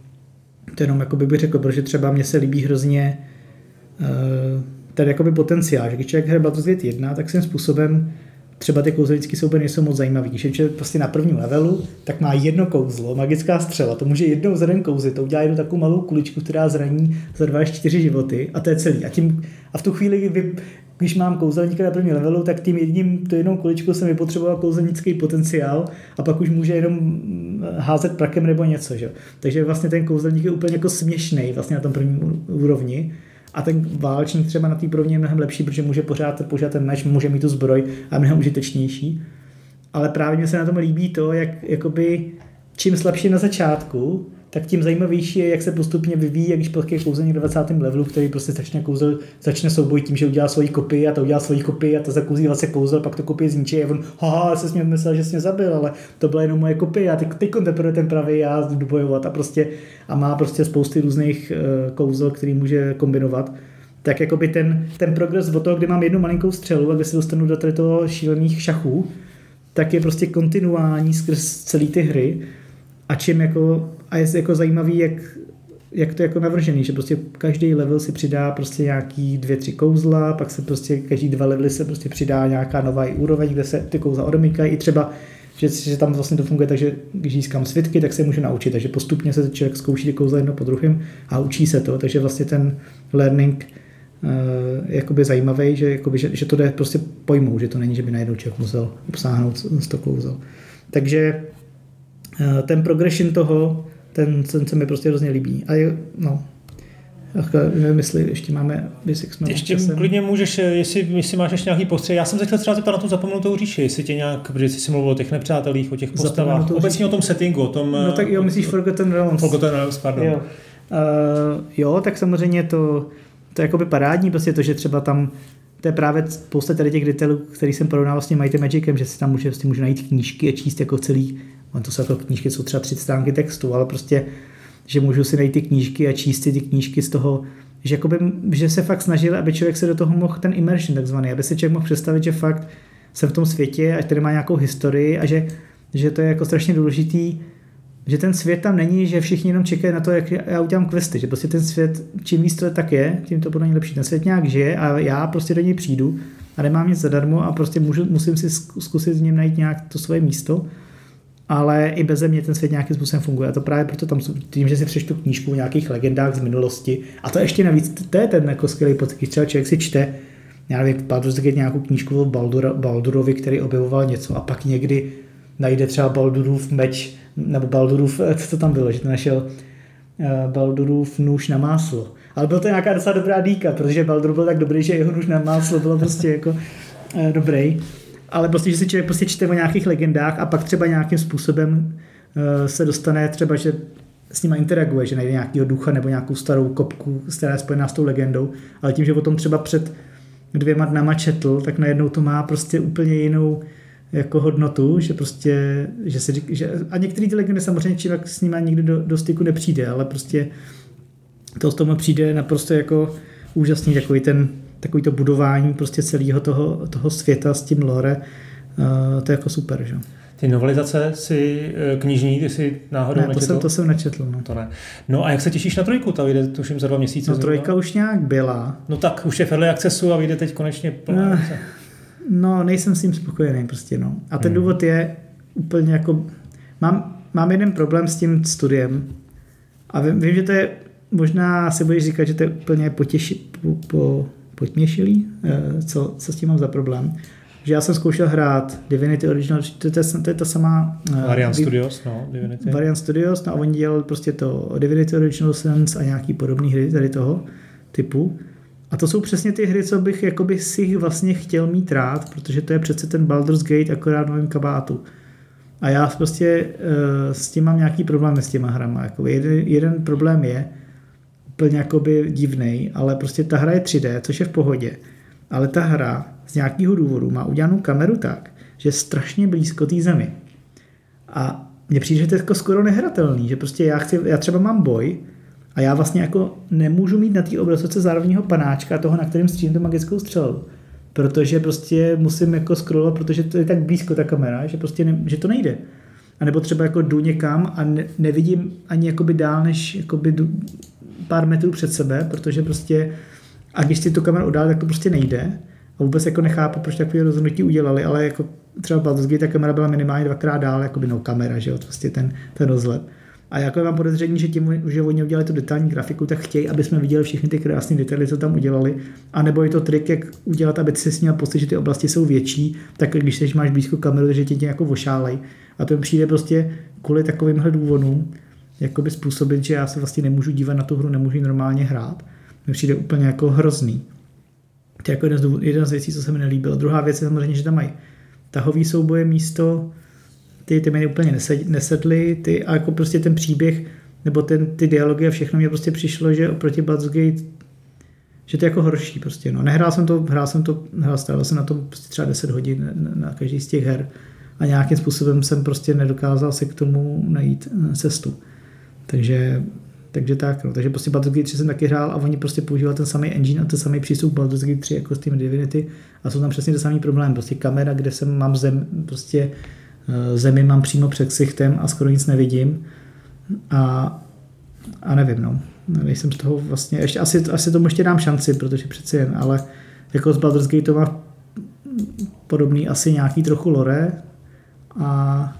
to jenom jako bych řekl, protože třeba mně se líbí hrozně uh, tady jakoby potenciál, že když člověk hraje Baldur's Gate jedna, tak svým způsobem třeba ty kouzelnické soubory nejsou moc zajímavý. Když je prostě na prvním levelu, tak má jedno kouzlo, magická střela, to může jednou za den kouzit, to udělá jednu takovou malou kuličku, která zraní za dva až čtyři životy a to je celý. A, tím, a v tu chvíli, kdy, když mám kouzelníka na prvním levelu, tak tím jedním, to jednou kuličkou jsem vypotřeboval kouzelnický potenciál a pak už může jenom házet prakem nebo něco. Že? Takže vlastně ten kouzelník je úplně jako směšnej vlastně na tom prvním úrovni. A ten válečník třeba na té úrovni je mnohem lepší, protože může pořád používat ten meč, může mít tu zbroj a je mnohem užitečnější. Ale právě mě se na tom líbí to, jak jakoby, čím slabší na začátku, tak tím zajímavější je, jak se postupně vyvíjí, jak když pak je kouzelník na dvacátém levelu, který prostě začne kouzel, začne souboj tím, že udělá svoji kopii a to udělá svoji kopii a to zakouzí dvacet kouzel, pak to kopie zničí a on, haha, já jsem myslel, že jsi mě zabil, ale to byla jenom moje kopie a teď, teď teprve ten pravý já jdu bojovat a prostě a má prostě spousty různých uh, kouzel, který může kombinovat. Tak jakoby ten, ten progres od toho, kdy mám jednu malinkou střelu a kde se dostanu do toho šílených šachů, tak je prostě kontinuální skrz celý ty hry a čím jako a je jako zajímavý, jak, jak to je jako navržený, že prostě každý level si přidá prostě nějaký dvě, tři kouzla, pak se prostě každý dva levely se prostě přidá nějaká nová úroveň, kde se ty kouzla odemykají i třeba, že, že tam vlastně to funguje tak, že když získám svitky, tak se můžu naučit, takže postupně se člověk zkouší ty kouzla jedno po druhém a učí se to, takže vlastně ten learning uh, je jakoby zajímavý, že, jakoby, že, že to jde prostě pojmou, že to není, že by najednou člověk musel obsáhnout sto kouzel. Takže uh, ten progression toho Ten, ten se mi prostě hrozně líbí. A je, no, nevím, jestli ještě máme basic jsme ještě klidně můžeš, jestli, jestli máš ještě nějaký postřeh. Já jsem se chtěl třeba zeptat na tu zapomenutou říši, jestli tě nějak, protože jsi si mluvil o těch nepřátelích, o těch postavách, obecně o tom settingu, o tom... No tak jo, myslíš Forgotten Realms. Forgotten Realms, pardon. Jo. Uh, jo, tak samozřejmě to, to je jakoby parádní, prostě to, že třeba tam to je právě spousta tady těch detailů, který jsem porovnal s tím Might and Magicem, že si tam může, můžu najít knížky a číst jako celý, on to jsou jako knížky, jsou třeba tři stránky textu, ale prostě, že můžu si najít ty knížky a číst si ty knížky z toho, že, jakoby, že se fakt snažil, aby člověk se do toho mohl, ten immersion takzvaný, aby se člověk mohl představit, že fakt jsem v tom světě a který má nějakou historii a že, že to je jako strašně důležitý, že ten svět tam není, že všichni jenom čekají na to, jak já udělám questy, že prostě ten svět, čím víc to tak je, tím to bude nejlepší. Ten svět nějak žije a já prostě do něj přijdu a nemám nic zadarmo a prostě můžu, musím si zkusit v něm najít nějak to svoje místo, ale i beze mě ten svět nějakým způsobem funguje a to právě proto tam tím, že si přečtu knížku o nějakých legendách z minulosti a to ještě navíc, to je ten jako skvělý pocit, když třeba člověk si čte, já nevím, Baldur's Gate nějakou knížku o Baldur, Baldurovi, který objevoval něco a pak někdy najde třeba Baldurův meč, nebo Baldurův, co to tam bylo, že to našel Baldurův nůž na máslo. Ale byla to nějaká docela dobrá dýka, protože Baldur byl tak dobrý, že jeho nůž na máslo bylo prostě jako uh, dobrý. Ale prostě, že si člověk prostě čte o nějakých legendách a pak třeba nějakým způsobem uh, se dostane třeba, že s nima interaguje, že najde nějakého ducha nebo nějakou starou kopku, která je spojená s tou legendou, ale tím, že o tom třeba před dvěma dnama četl, tak najednou to má prostě úplně jinou jako hodnotu, že prostě, že si, že, a některé ty legendy samozřejmě člověk s nimi nikdy do, do styku nepřijde, ale prostě to z tomu přijde naprosto jako úžasný takový ten, takový to budování prostě celého toho, toho světa s tím lore, uh, to je jako super, že? Ty novelizace si knižní, ty si náhodou ne, to jsem, to jsem nečetl. No. To ne. No a jak se těšíš na trojku? Ta vyjde tuším za dva měsíce. No trojka už nějak byla. No tak už je v early accessu a vyjde teď konečně plná. No, no nejsem s tím spokojený prostě, no. A ten hmm. důvod je úplně jako, mám, mám jeden problém s tím studiem a vím, vím, že to je, možná si budeš říkat, že to je úplně potěši, po, po, potměšilý, co, co s tím mám za problém. Že já jsem zkoušel hrát Divinity Original, to je, to je ta samá... Variant uh, Studios, no, Divinity. Variant Studios, no a oni dělali prostě to Divinity Original Sins a nějaký podobný hry tady toho typu. A to jsou přesně ty hry, co bych jakoby si vlastně chtěl mít rád, protože to je přece ten Baldur's Gate akorát v novém kabátu. A já prostě uh, s tím mám nějaký problémy s těma hrama. Jakoby jeden, jeden problém je úplně jakoby divnej, ale prostě ta hra je tři dé, což je v pohodě. Ale ta hra z nějakého důvodu má udělanou kameru tak, že je strašně blízko té zemi. A mně přijde, že to je jako skoro nehratelný, že prostě já, chci, já třeba mám boj a já vlastně jako nemůžu mít na té obrazovce zároveň panáčka toho, na kterém střílím tu magickou střelu. Protože prostě musím jako scrollovat, protože to je tak blízko ta kamera, že prostě ne, že to nejde. A nebo třeba jako jdu někam a ne, nevidím ani jakoby dál než jakoby jdu pár metrů před sebe, protože prostě a když si tu kameru oddál, tak to prostě nejde. A vůbec jako nechápu, proč takové rozhodnutí udělali, ale jako třeba v Baldur's Gate ta kamera byla minimálně dvakrát dál, jako by no kamera, že jo, prostě ten, ten rozhled. A jako mám podezření, že tím, že oni udělali tu detailní grafiku, tak chtějí, aby jsme viděli všechny ty krásné detaily, co tam udělali. A nebo je to trik, jak udělat, aby si měl pocit, že ty oblasti jsou větší, tak když teď máš blízko kameru, že tě tě jako vošálej. A to mi přijde prostě kvůli takovýmhle důvodům, jakoby způsobit, že já se vlastně nemůžu dívat na tu hru, nemůžu normálně hrát. Mi přijde úplně jako hrozný. To je jako jedna z, důvod, jedna z věcí, co se mi nelíbilo. Druhá věc je samozřejmě, že tam mají tahový souboje místo, ty, ty mi úplně nesedly, ty, a jako prostě ten příběh, nebo ten, ty dialogy a všechno mě prostě přišlo, že oproti Baldur's Gate, že to je jako horší prostě, no. Nehrál jsem to, hrál jsem to, hrál strávil jsem na to prostě třeba deset hodin na, na každý z těch her a nějakým způsobem jsem prostě nedokázal si k tomu najít cestu. Takže Takže tak, no. Takže prostě Baldur's Gate tři jsem taky hrál a oni prostě používali ten samý engine a ten samý přístup Baldur's Gate tři jako s tím Divinity a jsou tam přesně ten samý problém. Prostě kamera, kde jsem mám zem, prostě zemi mám přímo před ksichtem a skoro nic nevidím a, a nevím, no. Nejsem z toho vlastně, ještě asi, asi tomu ještě dám šanci, protože přeci jen, ale jako z Baldur's Gate to má podobný asi nějaký trochu lore a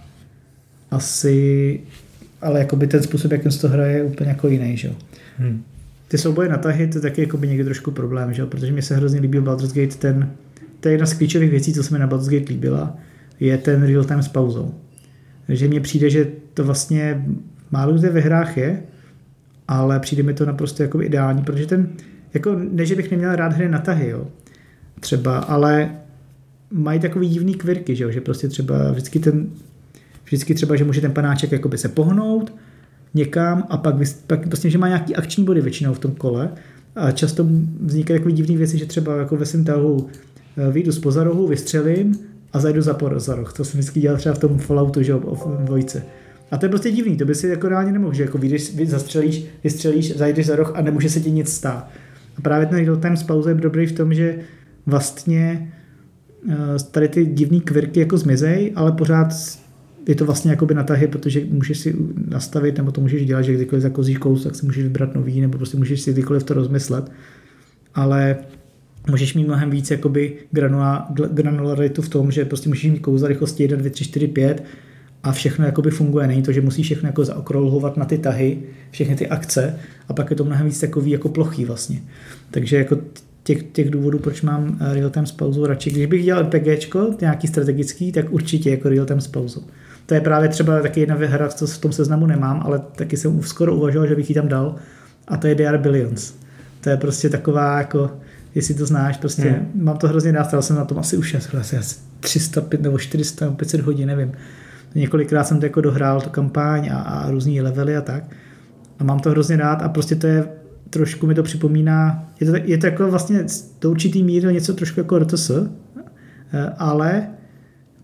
asi ale jakoby ten způsob, jakým se to hraje, je úplně jako jiný, že? Hmm. Ty souboje na tahy, to je taky jakoby někdy trošku problém, že? Protože mi se hrozně líbil Baldur's Gate, ten, to je jedna z klíčových věcí, co se mi na Baldur's Gate líbila, je ten real time s pauzou. Takže mně přijde, že to vlastně málo kde ve hrách je, ale přijde mi to naprosto jako ideální, protože ten, jako ne, že bych neměl rád hry na tahy, jo, třeba, ale mají takový divný kvirky, že, že prostě třeba vždycky ten Vždycky třeba, že může ten panáček jakoby se pohnout někam a pak, pak prostě, že má nějaký akční body většinou v tom kole a často vznikají takové divné věci, že třeba jako ve svém tahu vyjdu z poza rohu, vystřelím a zajdu za, por, za roh. To jsem vždycky dělal třeba v tom Falloutu, že v dvojce. A to je prostě divný, to by si jako reálně nemohl, že jako vyjdeš, zastřelíš, vystřelíš, zajdeš za roh a nemůže se ti nic stát. A právě ten real time s pauzou je dobrý v tom, že vlastně tady ty divný kvirky jako zmizej, ale pořád je to vlastně jakoby na tahy, protože můžeš si nastavit, nebo to můžeš dělat, že kdykoliv zakozíš kous, tak si můžeš vybrat nový, nebo prostě můžeš si kdykoliv to rozmyslet. Ale můžeš mít mnohem víc jakoby granularitu v tom, že prostě můžeš mít kouzla rychlosti jedna, dva, tři, čtyři, pět a všechno jakoby funguje. Není to, že musíš všechno jako zaokrolhovat na ty tahy, všechny ty akce a pak je to mnohem víc takový jako plochý vlastně. Takže jako těch, těch důvodů, proč mám real time s pauzou radši. Když bych dělal RPGčko, nějaký strategický, tak určitě jako real time s pauzou. To je právě třeba taky jedna hra, co v tom seznamu nemám, ale taky jsem skoro uvažoval, že bych ji tam dal. A to je They Are Billions. To je prostě taková, jako, jestli to znáš, prostě hmm. mám to hrozně rád, stál jsem na tom asi už asi tři sta pět nebo čtyři sta, pět set hodin, nevím. Několikrát jsem to jako dohrál, tu kampaň a, a různý levely a tak. A mám to hrozně rád a prostě to je, trošku mi to připomíná, je to, je to jako vlastně do určitý míry něco trošku jako R T S, ale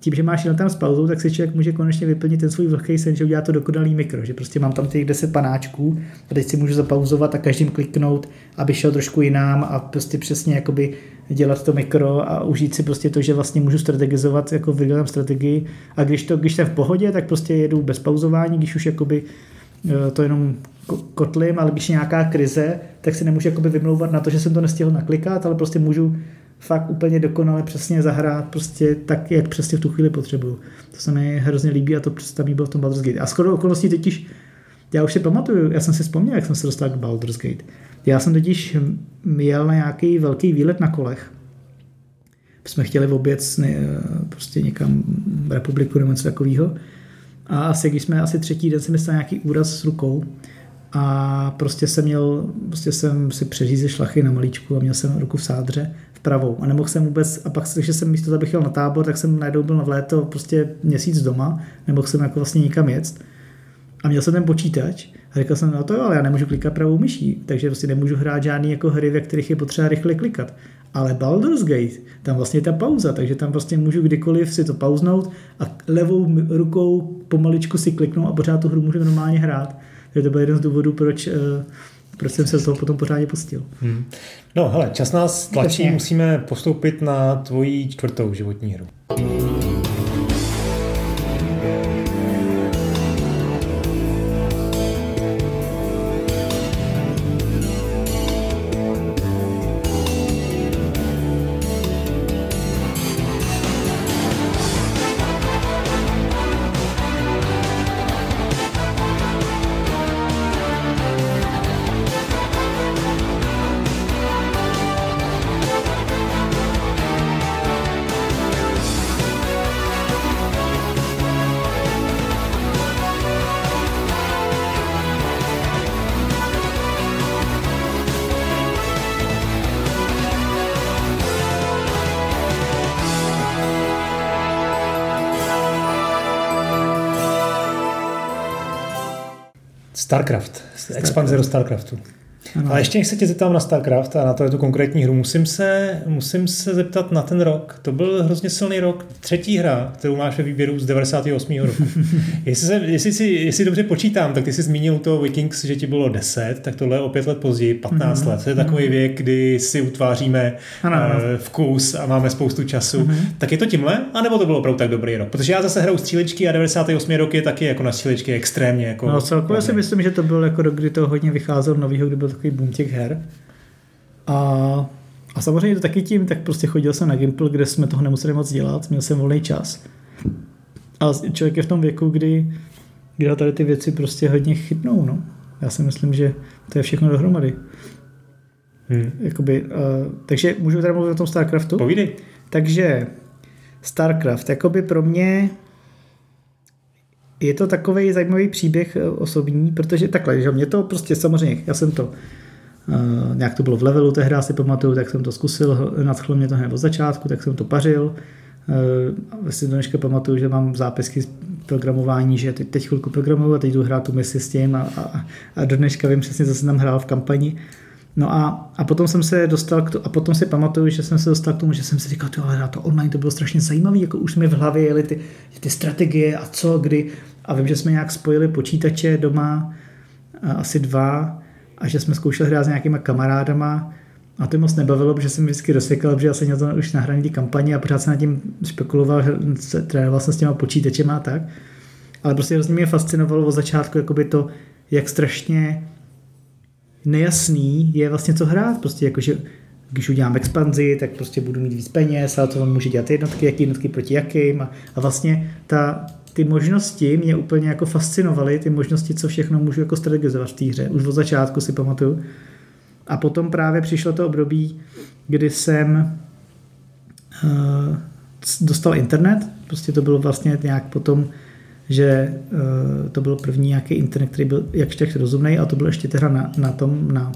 tím, že máš jenom tam s pauzou, tak si člověk může konečně vyplnit ten svůj vlhký sen, že udělá to dokonalý mikro, že prostě mám tam těch deset panáčků a teď si můžu zapauzovat a každým kliknout, aby šel trošku jinam a prostě přesně jakoby dělat to mikro a užít si prostě to, že vlastně můžu strategizovat jako v strategii a když to, když jsem v pohodě, tak prostě jedu bez pauzování, když už jakoby to jenom kotlím, ale když je nějaká krize, tak si nemůžu jakoby vymlouvat na to, že jsem to nestihl naklikat, ale prostě můžu fakt úplně dokonale přesně zahrát prostě tak, jak přesně v tu chvíli potřebuju. To se mi hrozně líbí a to tam bylo v tom Baldur's Gate. A shodou okolností totiž, já už si pamatuju, já jsem si vzpomněl, jak jsem se dostal k Baldur's Gate. Já jsem totiž jel na nějaký velký výlet na kolech. Jsme chtěli objet prostě někam v republiku nebo něco takového. A asi, když jsme asi třetí den si myslel nějaký úraz s rukou a prostě jsem měl, prostě jsem si přeřízl šlachy na malíčku a měl jsem ruku v sádře vpravou a nemohl jsem vůbec, a pak, když jsem místo, abych jel na tábor, tak jsem najednou byl na léto prostě měsíc doma, nemohl jsem jako vlastně nikam jet a měl jsem ten počítač a říkal jsem, no to jo, ale já nemůžu klikat pravou myší, takže prostě nemůžu hrát žádný jako hry, ve kterých je potřeba rychle klikat. Ale Baldur's Gate, tam vlastně je ta pauza, takže tam prostě můžu kdykoliv si to pauznout a levou rukou pomaličku si kliknout a pořád tu hru můžu normálně hrát. Takže to byl jeden z důvodů, proč, proč jsem se z toho potom pořádně pustil. Hmm. No hele, čas nás tlačí, musíme postoupit na tvoji čtvrtou životní hru. Starcraft, expanze do Starcraftu. Ano. Ale ještě než se tě zeptám na Starcraft a na to, tu konkrétní hru, musím se, musím se zeptat na ten rok. To byl hrozně silný rok. Třetí hra, kterou máš ve výběru z devadesátého osmého roku. jestli, se, jestli, si, jestli dobře počítám, tak ty jsi zmínil u toho Vikings, že ti bylo deset, tak tohle je o pět let později, patnáct mm-hmm. let. To je takový věk, kdy si utváříme ano, ano. Uh, vkus a máme spoustu času. Mm-hmm. Tak je to tímhle? A nebo to bylo opravdu tak dobrý rok? Protože já zase hraju střílečky a devadesátý osmý rok je taky jako na střílečky extrémně. Jako no celkově si myslím, že to byl jako rok, kdy to hodně vycházelo novýho, kdy byl takový boom těch her. A, a samozřejmě to taky tím, tak prostě chodil jsem na Gimple, kde jsme toho nemuseli moc dělat, měl jsem volný čas. A člověk je v tom věku, kdy, kdy tady ty věci prostě hodně chytnou. No. Já si myslím, že to je všechno dohromady. Hmm. Jakoby, uh, takže můžu teda mluvit o tom Starcraftu? Povídej. Takže Starcraft, jakoby pro mě je to takový zajímavý příběh osobní, protože takhle, že mě to prostě samozřejmě, já jsem to Uh, nějak to bylo v levelu té hry, si pamatuju, tak jsem to zkusil, nadchlo mě to hned od začátku, tak jsem to pařil. Uh, si do dneška pamatuju, že mám zápisky z programování, že teď, teď chvilku programuju a teď jdu hrát tu misi s tím a, a, a do dneška vím přesně, co jsem tam hrál v kampani. No a, a potom jsem se dostal k to, a potom si pamatuju, že jsem se dostal k tomu, že jsem si říkal, ale hrát to online, to bylo strašně zajímavý, jako už mi v hlavě jeli ty, ty strategie a co, kdy. A vím, že jsme nějak spojili počítače doma, asi dva, a že jsme zkoušeli hrát s nějakýma kamarádama a to moc nebavilo, protože jsem vždycky rozsekal, protože já jsem měl to už nahraný ty kampaně a pořád jsem nad tím špekuloval, trénoval jsem s těma počítačema a tak. Ale prostě hrozně mě fascinovalo od začátku jakoby to, jak strašně nejasný je vlastně co hrát. Prostě jakože když udělám expanzi, tak prostě budu mít víc peněz, ale to on může dělat jednotky, jaký jednotky proti jakým a, a vlastně ta ty možnosti mě úplně jako fascinovaly, ty možnosti, co všechno můžu jako strategizovat v té hře. Už od začátku si pamatuju. A potom právě přišlo to období, kdy jsem uh, dostal internet. Prostě to bylo vlastně nějak potom, že uh, to byl první nějaký internet, který byl jakž tak rozumnej a to bylo ještě teda na, na tom, na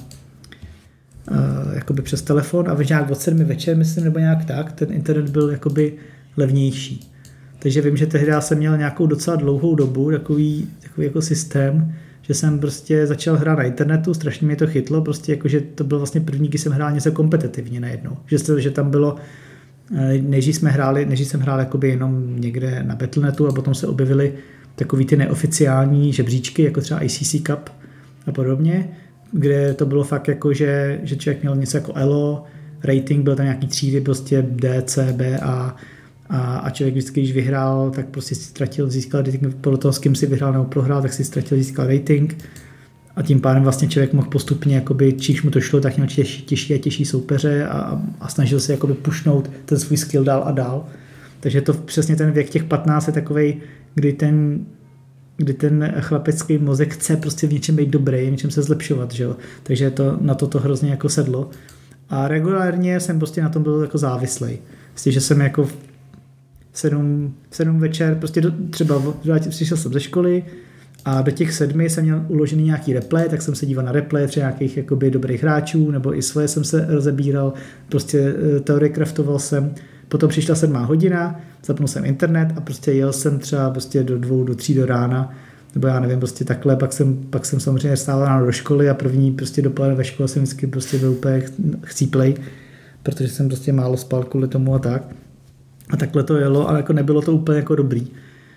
uh, jakoby přes telefon a nějak od sedmi večer, myslím, nebo nějak tak, ten internet byl jakoby levnější. Takže vím, že tehdy jsem měl nějakou docela dlouhou dobu takový, takový jako systém, že jsem prostě začal hrát na internetu, strašně mě to chytlo, prostě jako, že to byl vlastně první, když jsem hrál něco kompetitivně najednou. Že, že tam bylo než jsme hráli, než jsem hrál jakoby jenom někde na Battle dot netu a potom se objevily takový ty neoficiální žebříčky, jako třeba I C C Cup a podobně, kde to bylo fakt jako, že, že člověk měl něco jako Elo, rating, byl tam nějaký třídy, prostě D, C, B, A a, a člověk vždycky, když vyhrál, tak prostě si ztratil, získal rating, podle toho, s kým si vyhrál nebo prohrál, tak si ztratil, získal rating a tím pádem vlastně člověk mohl postupně, jakoby, číž mu to šlo, tak měl těžší, těžší a těžší soupeře a, a snažil se jakoby pušnout ten svůj skill dál a dál. Takže to přesně ten věk těch patnáct je takovej, kdy ten, kdy ten chlapecký mozek chce prostě v něčem být dobrý, v něčem se zlepšovat, že jo. Takže to, na to to hrozně jako sedlo. A regulárně jsem prostě na tom byl jako závislej. Vlastně, že jsem jako v sedm, v sedm večer, prostě do, třeba přišel jsem ze školy a do těch sedmi jsem měl uložený nějaký replay, tak jsem se díval na replay třeba nějakých jakoby dobrých hráčů, nebo i svoje jsem se rozebíral, prostě teorie craftoval jsem. Potom přišla sedmá hodina, zapnul jsem internet a prostě jel jsem třeba prostě do dvou, do tří do rána, nebo já nevím, prostě takhle, pak jsem, pak jsem samozřejmě stával ráno do školy a první prostě dopoledne ve škole jsem vždycky prostě byl úplně chcíplej, protože jsem prostě málo spal kvůli tomu a tak. A takhle to jelo, ale jako nebylo to úplně jako dobrý.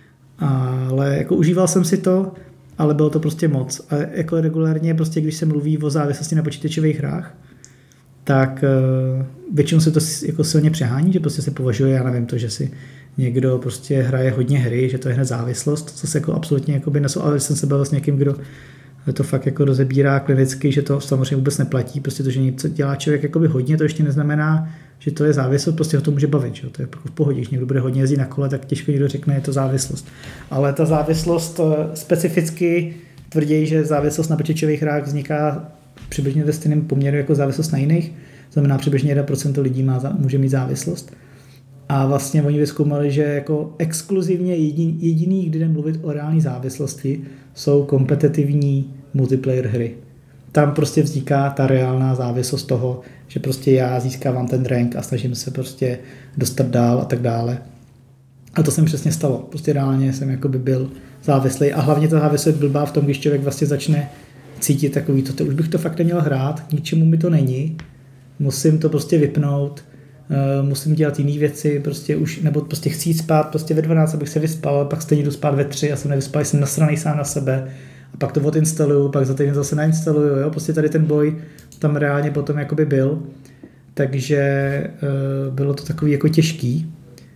Ale jako užíval jsem si to, ale bylo to prostě moc. A jako regulárně prostě, když se mluví o závislosti na počítačových hrách, tak uh, většinou se to jako silně přehání, že prostě se považuje, já nevím, to, že si někdo prostě hraje hodně hry, že to je hned závislost, co se jako absolutně jako by nesou, ale jsem se bavil s někým, kdo to fakt jako rozebírá klinicky, že to samozřejmě vůbec neplatí, prostě to, že něco dělá člověk jakoby hodně, to ještě neznamená, že to je závislost, prostě ho to může bavit, že? To je jako v pohodě, když někdo bude hodně jezdit na kole, tak těžko někdo řekne, je to závislost. Ale ta závislost specificky tvrdí, že závislost na počítačových hrách vzniká přibližně ve stejném poměru jako závislost na jiných, znamená přibližně jedna procenta lidí má, může mít závislost. A vlastně oni vyzkoumali, že jako exkluzivně jediný, jediný, kdy jdeme mluvit o reální závislosti, jsou kompetitivní multiplayer hry. Tam prostě vzniká ta reálná závislost toho, že prostě já získávám ten rank a snažím se prostě dostat dál a tak dále. A to se mi přesně stalo. Prostě reálně jsem jakoby byl závislý a hlavně ta závislost blbá v tom, když člověk vlastně začne cítit takový to, už bych to fakt neměl hrát, k ničemu mi to není, musím to prostě vypnout, musím dělat jiné věci, prostě už, nebo prostě chci jít spát prostě ve dvanáct, abych se vyspal, pak stejně jdu spát ve tři a jsem nevyspal, jsem nasranej sám na sebe a pak to odinstaluju, pak za týden zase nainstaluju, jo, prostě tady ten boj tam reálně potom jakoby byl, takže uh, bylo to takový jako těžký,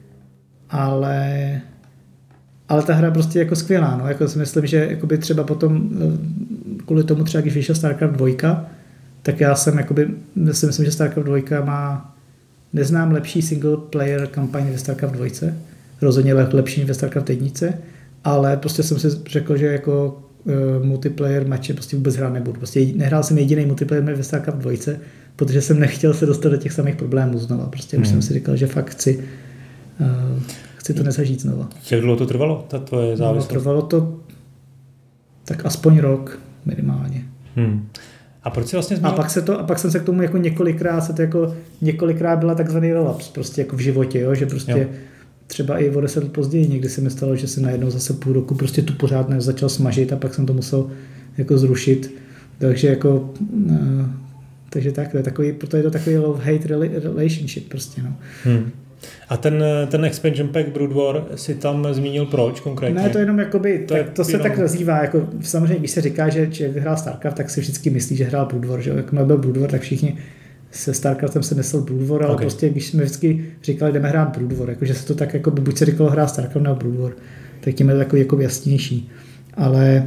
ale ale ta hra prostě jako skvělá, no, jako si myslím, že jakoby třeba potom kvůli tomu třeba, když vyšel StarCraft dva, tak já jsem jakoby, si myslím, že StarCraft dva má neznám lepší single player kampaň ve StarCraft dva, rozhodně lepší než ve StarCraft jedna, ale prostě jsem si řekl, že jako uh, multiplayer matche prostě vůbec hrát nebudu. Prostě nehrál jsem jediný multiplayer ve StarCraft dva, protože jsem nechtěl se dostat do těch samých problémů znova. Prostě už hmm. jsem si říkal, že fakt chci, uh, chci to nezažít znova. Jak dlouho to trvalo, ta tvoje závislost? No, trvalo to tak aspoň rok minimálně. Hmm. A proč si vlastně změnil? A pak, se to, a pak jsem se k tomu jako několikrát, se to jako několikrát byla takzvaný relapse prostě jako v životě, jo? Že prostě jo. Třeba i o deset let později někdy se mi stalo, že jsem najednou zase půl roku prostě tu pořád začal smažit a pak jsem to musel jako zrušit. Takže jako uh, takže tak, to je takový, proto je to takový love-hate relationship prostě, no. Hmm. A ten, ten expansion pack Brood War si tam zmínil proč konkrétně? Ne, to jenom jakoby, to, tak, to se jenom... tak nazývá, jako samozřejmě, když se říká, že člověk vyhrál StarCraft, tak si vždycky myslí, že hrál Brood War, že jak byl Brood War, tak všichni se StarCraftem se nesl Brood War, ale okay. Prostě když jsme vždycky říkali, jdeme hrát Brood War, jakože se to tak, jako buď se říkalo hrát StarCraft nebo Brood War, tak tím je to takový jako jasnější. Ale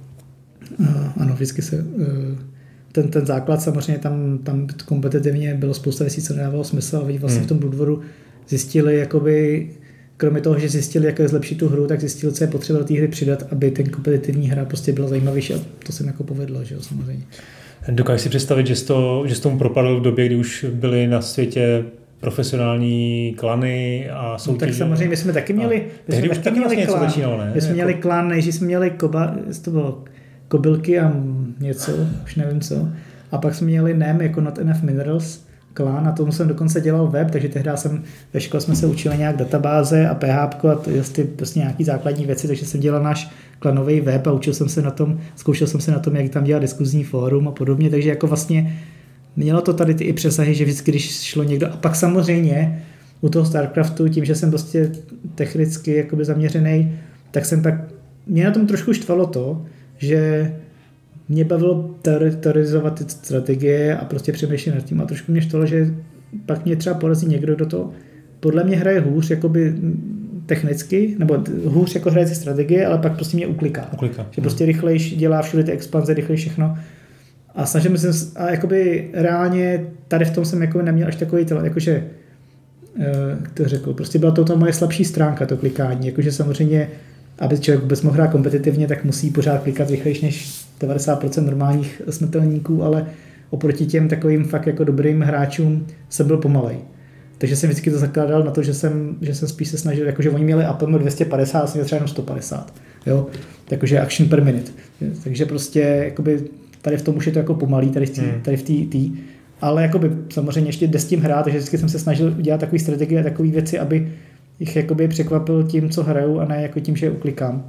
uh, ano, vždycky se... Uh, ten, ten základ samozřejmě tam, tam kompetitivně bylo spousta věcí, co nedávalo smysl, a vlastně hmm. v tom Brood Waru zjistili, jakoby, kromě toho, že zjistili, jak je zlepšit tu hru, tak zjistili, co je potřeba do té hry přidat, aby ten kompetitivní hra prostě byla zajímavější, a to se mi jako povedlo, že jo, samozřejmě. Dokážeš si představit, že jsi, to, že jsi tomu propadl v době, kdy už byly na světě profesionální klany a soutěže? No, tak samozřejmě my jsme taky měli, my jsme taky měli vlastně klan, začínal, ne? My jsme jako... měli klan, než jsme měli koba, to bylo kobylky a něco, už nevím co, a pak jsme měli N E M jako Not Enough Minerals, klan, a tomu jsem dokonce dělal web, takže tehdy jsem ve škole jsme se učili nějak databáze a P H P a to jestli prostě nějaký základní věci, takže jsem dělal náš klanový web a učil jsem se na tom, zkoušel jsem se na tom, jak tam dělat diskuzní fórum a podobně, takže jako vlastně mělo to tady ty i přesahy, že vždycky, když šlo někdo, a pak samozřejmě u toho StarCraftu, tím, že jsem prostě technicky jakoby zaměřený, tak jsem pak, mě na tom trošku štvalo to, že mě bavilo teorizovat ty strategie a prostě přemýšlet nad tím a trošku mě štvalo, že pak mě třeba porazí někdo, kdo to podle mě hraje hůř jakoby technicky, nebo hůř jako hraje ty strategie, ale pak prostě mě ukliká. Uklika. Že prostě rychlejš dělá všude ty expanze, rychlejš všechno. A snažím se, a jakoby reálně tady v tom jsem jako neměl až takový talent, jakože, jak to řekl, prostě byla to ta moje slabší stránka, to klikání, jakože samozřejmě, aby člověk vůbec mohl hrát kompetitivně, tak musí pořád klikat rychlejš než devadesát procent normálních smrtelníků, ale oproti těm takovým fakt jako dobrým hráčům jsem byl pomalej. Takže jsem vždycky to zakládal na to, že jsem, že jsem spíš se snažil, jakože oni měli A P M dvě stě padesát, a jsem měl třeba jenom sto padesát. Jo? Takže action per minute. Takže prostě jakoby tady v tom už je to jako pomalý, tady v té hmm. tady v tý, tý. Ale jakoby samozřejmě ještě jde s tím hrát, takže vždycky jsem se snažil udělat takové strategie a takové věci, aby jich jakoby překvapil tím, co hraju a ne jako tím, že je uklikám.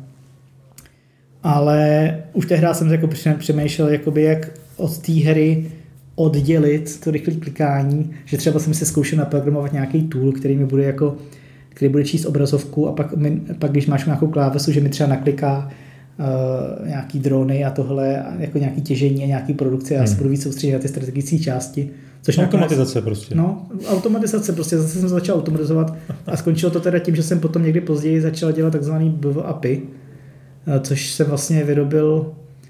Ale už té hře jsem jako přemýšlel, jakoby jak od té hry oddělit to rychlé klikání, že třeba jsem si zkoušel naprogramovat nějaký tool, který mi bude jako, který bude číst obrazovku a pak, mi, pak když máš nějakou klávesu, že mi třeba nakliká uh, nějaký drony a tohle, a jako nějaký těžení a nějaký produkce a já hmm. se budu víc soustředit na ty strategické části. Což automatizace nakonec, prostě. No, automatizace prostě, zase jsem začal automatizovat a skončilo to teda tím, že jsem potom někdy později začal dělat takzvaný B W A P I, uh, což jsem vlastně vyrobil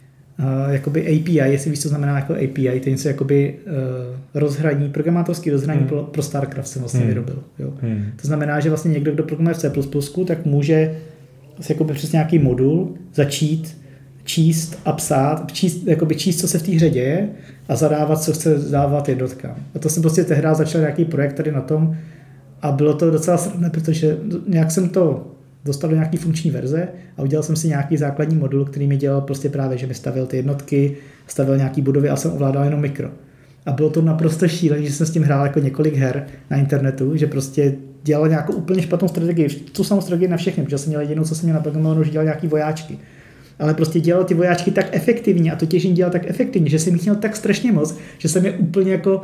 Uh, jakoby A P I, jestli víš, co znamená jako A P I, to je něco jakoby uh, rozhraní, programátorský rozhraní hmm. pro, pro StarCraft jsem vlastně hmm. vyrobil. Jo. Hmm. To znamená, že vlastně někdo, kdo programuje v C plus plus, tak může jakoby přes nějaký modul začít číst a psát, číst, jakoby číst, co se v té hře děje a zadávat, co chce dávat jednotkám. A to jsem prostě tehdy začal nějaký projekt tady na tom a bylo to docela srandné, protože nějak jsem to dostal do nějaký funkční verze a udělal jsem si nějaký základní modul, který mi dělal prostě právě, že mi stavil ty jednotky, stavil nějaký budovy a jsem ovládal jenom mikro. A bylo to naprosto šílené, že jsem s tím hrál jako několik her na internetu, že prostě dělal nějakou úplně špatnou strategii, tu samou strategii na všechny, protože jsem měl jedinou, co jsem měl naprogramovanou, že dělal nějaký vojáčky. Ale prostě dělal ty vojáčky tak efektivně a to těžení dělal tak efektivně, že jsem jich měl tak strašně moc, že jsem je úplně jako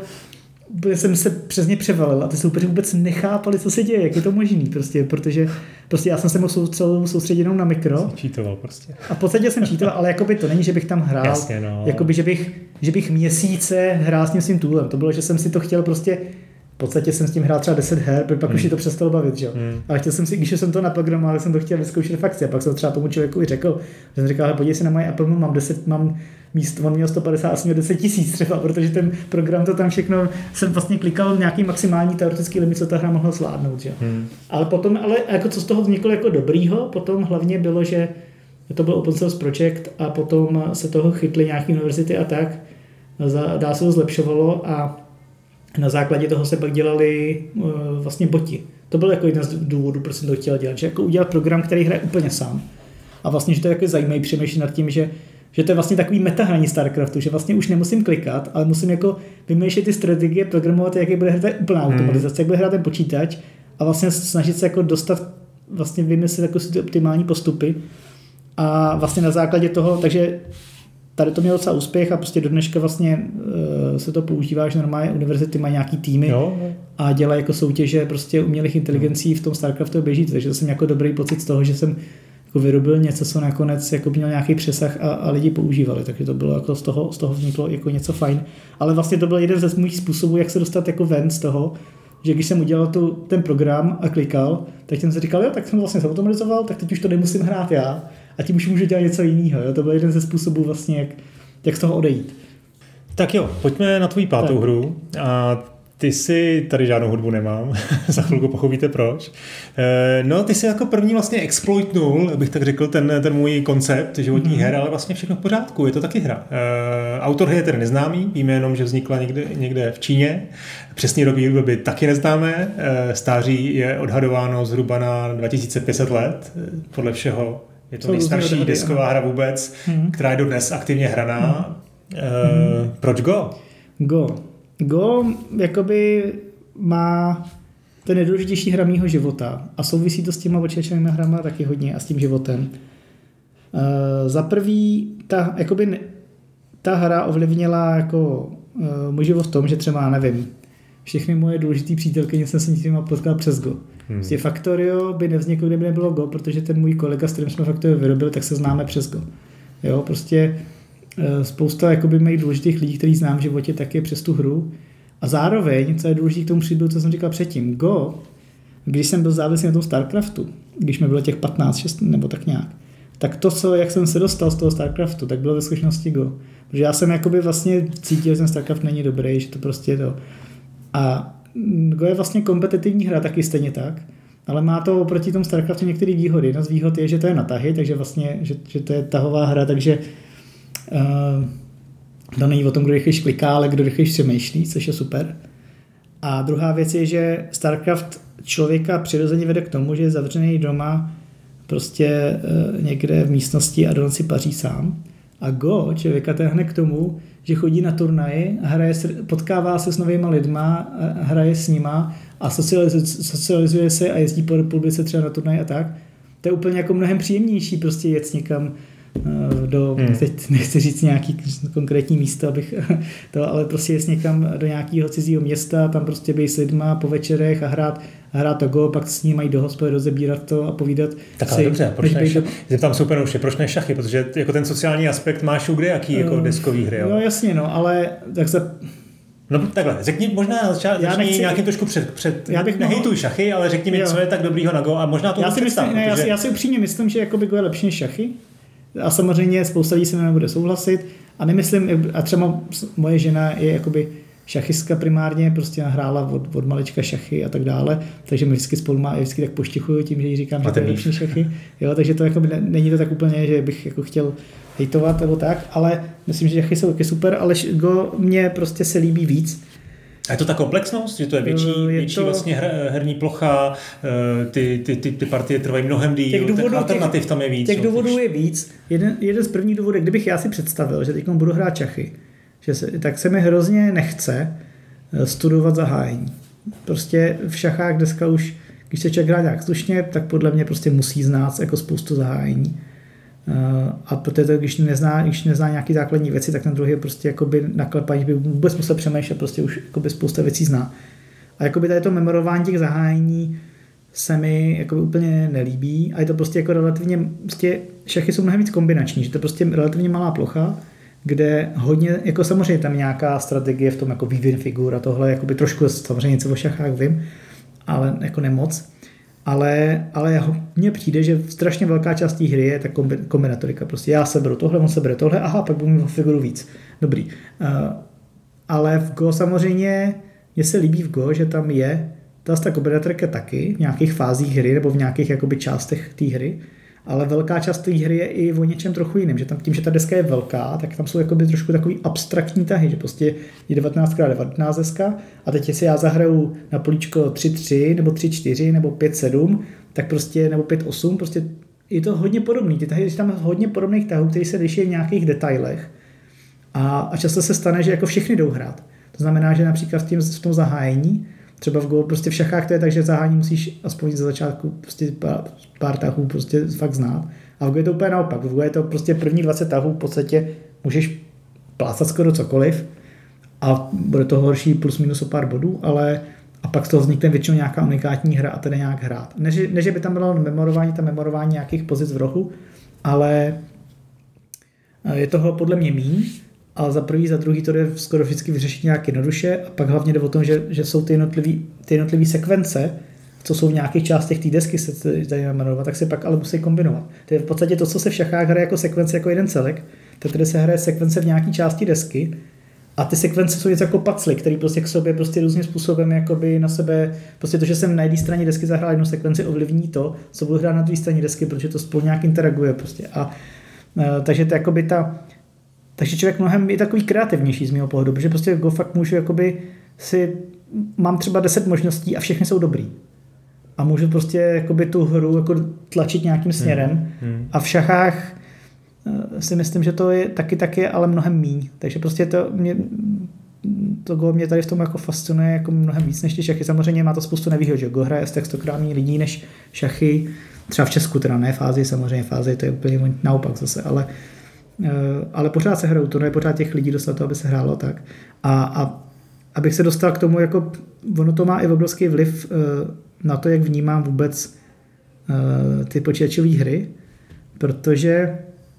jsem se přes ně převalil a ty soupeři vůbec nechápali, co se děje, jak je to možný, prostě, protože prostě já jsem se mohl celou soustředit jenom na mikro. Čítoval prostě. A v podstatě jsem čítoval, ale jakoby to není, že bych tam hrál, Jasně, no. jakoby, že bych, že bych měsíce hrál s tím svým toolem. To bylo, že jsem si to chtěl prostě, v podstatě jsem s tím hrál třeba deset her, pak hmm. už je to přestalo bavit, že jo. Hmm. Ale chtěl jsem si, když jsem to naprogramoval, jsem to chtěl vyzkoušet v akci a pak jsem třeba tomu člověku i řekl, že jsem říkal, podívej se na moje Apple, mám deset, mám místo, on měl sto padesát a jsem měl deset tisíc třeba, protože ten program to tam všechno, jsem vlastně klikal nějaký maximální teoretický limit, co ta hra mohla zvládnout, že? Hmm. Ale potom, ale jako co z toho vzniklo jako dobrýho, potom hlavně bylo, že to byl open source project a potom se toho chytly nějaké univerzity a tak, dál se to zlepšovalo a na základě toho se pak dělali uh, vlastně boti. To byl jako jeden z důvodů, proč jsem to chtěl dělat, že jako udělat program, který hraje úplně sám. A vlastně, že to je jako zajímavý přemýšlet nad tím, že že to je vlastně takový metahraní StarCraftu, že vlastně už nemusím klikat, ale musím jako vymýšlet ty strategie, programovat, jaký bude hrát, to je úplná automatizace, jak bude hrát ten počítač a vlastně snažit se jako dostat, vlastně vymyslet jako si ty optimální postupy a vlastně na základě toho, takže tady to mělo docela úspěch a prostě do dneška vlastně uh, se to používá, že normálně univerzity mají nějaký týmy jo. a dělají jako soutěže prostě umělých inteligencí v tom StarCraftu běží, takže to jsem jako dobrý pocit z toho, že jsem jako vyrobil něco, co nakonec jako měl nějaký přesah a, a lidi používali, takže to bylo jako z toho, z toho vzniklo jako něco fajn, ale vlastně to byl jeden ze mých způsobů, jak se dostat jako ven z toho, že když jsem udělal tu, ten program a klikal, tak jsem si říkal, jo, tak jsem vlastně automatizoval, tak teď už to nemusím hrát já a tím už můžu dělat něco jiného, jo? To byl jeden ze způsobů vlastně, jak, jak z toho odejít. Tak jo, pojďme na tvou pátou tak. hru a ty si, tady žádnou hudbu nemám, za chvilku pochopíte proč. No, ty si jako první vlastně exploitnul, bych tak řekl, ten, ten můj koncept životní mm-hmm. her, ale vlastně všechno v pořádku, je to taky hra. Autor je tedy neznámý, víme jenom, že vznikla někde, někde v Číně, přesný rok výroby taky neznáme, stáří je odhadováno zhruba na dva tisíce pět set let, podle všeho je to nejstarší desková hra vůbec, mm-hmm. která je dodnes aktivně hraná. Mm-hmm. Proč Go? Go. Go jakoby má ten nejdůležitější hra mýho života a souvisí to s těma počítačovými hrama taky hodně a s tím životem. Uh, za prvý, ta, jakoby, ta hra ovlivnila jako, uh, můj život v tom, že třeba, nevím, všechny moje důležité přítelkyně jsem se s nimi potkal přes Go. Hmm. Prostě Factorio by nevzniklo, kdyby nebylo Go, protože ten můj kolega, s kterým jsme Factorio vyrobili, tak se známe přes Go. Jo, prostě spousta jakoby mých důležitých lidí, který znám v životě, tak je přes tu hru. A zároveň, co je důležité k tomu přijdu, co jsem říkal předtím, Go, když jsem byl závislý na tom StarCraftu, když mi bylo těch patnáct, šest nebo tak nějak, tak to, co, jak jsem se dostal z toho StarCraftu, tak bylo ve skutečnosti Go. Protože já jsem jakoby vlastně cítil, že ten StarCraft není dobrý, že to prostě je to. A Go je vlastně kompetitivní hra, taky stejně tak, ale má to oproti tomu StarCraftu některé výhody. Jedna z výhod je, že to je na tahy, takže vlastně, že, že to je tahová hra, takže uh, to není o tom, kdo rychlejš kliká, ale kdo rychlejš přemýšlí, což je super. A druhá věc je, že StarCraft člověka přirozeně vede k tomu, že je zavřený doma prostě uh, někde v místnosti a do noci paří sám. A Go člověka táhne k tomu, že chodí na turnaji, hraje, potkává se s novýma lidma, hraje s nima a socializuje, socializuje se a jezdí po republice třeba na turnaj a tak. To je úplně jako mnohem příjemnější prostě jet někam do, hmm. teď nechci říct nějaký konkrétní místo, abych to, ale prostě jet někam do nějakého cizího města, tam prostě být s lidma po večerech a hrát, hrát to Go, pak s ním mají do hospody, rozebírat to a povídat. Tak ale dobře, proč ne šachy? Zeptám se úplně už, proč ne šachy? Protože jako ten sociální aspekt máš u kde jaký jako deskový hry, jo? No jasně, no, ale tak se... No takhle, řekni možná na začátku nějakým trošku před, před já bych nehejtuj mohl... šachy, ale řekni mi, jo. co je tak dobrýho na Go a možná to já si, představ, myslím, ne, protože... já, si, já si upřímně myslím, že jakoby Go je lepší než šachy a samozřejmě spousta lidí se mi nebude souhlasit a nemyslím, a třeba moje žena je jakoby šachistka primárně, prostě hrála od, od malička šachy a tak dále, takže my vždycky spolu má, vždycky tak poštichuju tím, že jí říkám, že to je lepší šachy, jo, takže to jakoby není to tak úplně, že bych jako chtěl hejtovat nebo tak, ale myslím, že šachy jsou taky super, ale Go mě prostě se líbí víc. A je to ta komplexnost, že to je větší, je větší to... vlastně her, herní plocha, ty, ty, ty, ty partie trvají mnohem díl, těch alternativ těch, tam je víc. Těch no, důvodů je víc. Jeden, jeden z prvních důvodů, kdybych já si představil, že teď budu hrát šachy, že se, tak se mi hrozně nechce studovat zahájení. Prostě v šachách dneska už, když se člověk hrá nějak slušně, tak podle mě prostě musí znát jako spoustu zahájení. A protože když nezná, když nezná nějaký základní věci, tak ten druhý je prostě jakoby naklepaný, by vůbec musel přemýšlet, prostě už jakoby spousta věcí zná. A jakoby tady to memorování těch zahájení se mi jakoby úplně nelíbí a je to prostě jako relativně, prostě šachy jsou mnohem víc kombinační, že to je prostě relativně malá plocha, kde hodně, jako samozřejmě tam nějaká strategie v tom jako vývin figur a tohle, jakoby trošku samozřejmě něco o šachách vím, ale jako nemoc. Ale, ale mně přijde, že strašně velká část té hry je ta kombinatorika. Prostě já seberu tohle, on sebere tohle, aha, pak budu mít figuru víc. Dobrý. Uh, ale v Go samozřejmě, mně se líbí v Go, že tam je ta, ta kombinatorika taky v nějakých fázích hry nebo v nějakých jakoby částech té hry, ale velká část té hry je i o něčem trochu jiným, že tam tím, že ta deska je velká, tak tam jsou jakoby trošku takový abstraktní tahy, že prostě je devatenáct krát devatenáct deska a teď jestli já zahraju na políčko tři tři nebo tři čtyři nebo pět sedm, tak prostě nebo pět osm, prostě je to hodně podobný. Ty tahy, tam hodně podobných tahů, které se liší v nějakých detailech a, a často se stane, že jako všechny jdou hrát. To znamená, že například v, tím, v tom zahájení třeba v Go, prostě v šachách to je tak, že zahájení musíš aspoň za začátku prostě pár, pár tahů prostě fakt znát. A v Go je to úplně naopak. V Go je to prostě první dvacet tahů v podstatě můžeš plácat skoro cokoliv a bude to horší plus minus o pár bodů, ale a pak z toho vznikne většinou nějaká unikátní hra a tedy nějak hrát. Ne, že, ne, že by tam bylo memorování, tam memorování nějakých pozic v rohu, ale je toho podle mě míň. A za prvý, za druhý to jde skoro vždycky vyřešit nějak jednoduše a pak hlavně jde o tom, že, že jsou ty jednotlivý, ty jednotlivý sekvence, co jsou v nějakých částech té desky, se tady jmenovat, tak se pak ale musí kombinovat. To je v podstatě to, co se v šachách hraje jako sekvence, jako jeden celek, tak tady se hraje sekvence v nějaké části desky a ty sekvence jsou něco jako pacly, který prostě k sobě prostě různým způsobem jakoby na sebe, prostě to, že jsem na jedné straně desky zahrál jednu sekvenci, ovlivní to, co budu hrát na druhé straně desky, protože to spolu nějak interaguje prostě. A, a takže to jakoby ta Takže člověk mnohem je takový kreativnější z mého pohledu, protože prostě Go fakt můžu jakoby si, mám třeba deset možností a všechny jsou dobrý. A můžu prostě jakoby tu hru jako tlačit nějakým směrem hmm. Hmm. a v šachách si myslím, že to je taky taky, ale mnohem míň. Takže prostě to mě, to Go mě tady v tom jako fascinuje jako mnohem víc než ty šachy. Samozřejmě má to spoustu nevýhod, že Go hraje stokrát méně lidí než šachy, třeba v Česku, teda ne fázi, samozřejmě fázi, to je úplně naopak zase, ale ale pořád se hrajou turnaje, pořád těch lidí dostat to, aby se hrálo tak. A, a abych se dostal k tomu, jako ono to má i obrovský vliv na to, jak vnímám vůbec ty počítačové hry, protože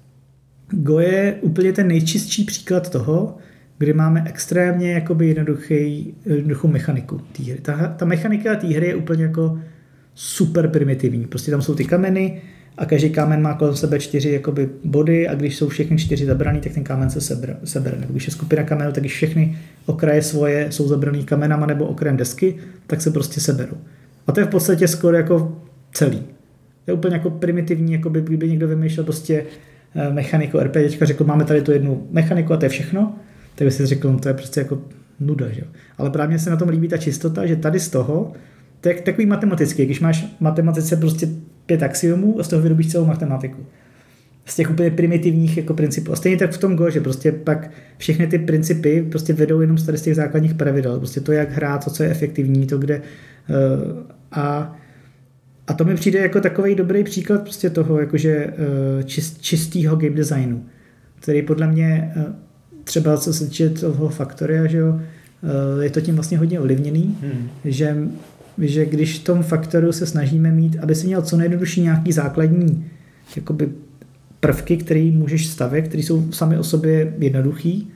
Go je úplně ten nejčistší příklad toho, kdy máme extrémně jakoby jednoduchý, jednoduchou mechaniku té hry. Ta, ta mechanika té hry je úplně jako super primitivní. Prostě tam jsou ty kameny a každý kámen má kolem sebe čtyři jakoby body a když jsou všechny čtyři zabraný, tak ten kámen se sebere. sebere. Nebo když je skupina kamenů, tak když všechny okraje svoje jsou zabraný kamenama nebo okrajem desky, tak se prostě seberou. A to je v podstatě skoro jako celý. To je úplně jako primitivní, jako by, kdyby někdo vymýšlel prostě mechaniku RPGčka, řekl, máme tady tu jednu mechaniku a to je všechno, tak by si řekl, no to je prostě jako nuda, že jo. Ale právě se na tom líbí ta čistota, že tady z toho, to je takový matematický, když máš v matematice prostě pět axiomů a z toho vyrobíš celou matematiku. Z těch úplně primitivních jako principů. A stejně tak v tom Go, že prostě pak všechny ty principy prostě vedou jenom z těch základních pravidel. Prostě to, jak hrát, to, co je efektivní, to, kde uh, a A to mi přijde jako takový dobrý příklad prostě toho, jakože čist, čistýho game designu, který podle mě třeba co se týče toho Factoria, že jo, je to tím vlastně hodně ovlivněný, hmm. že, že když v tom Factoriu se snažíme mít, aby si měl co nejjednodušší nějaký základní jakoby prvky, které můžeš stavět, které jsou sami o sobě jednoduchý,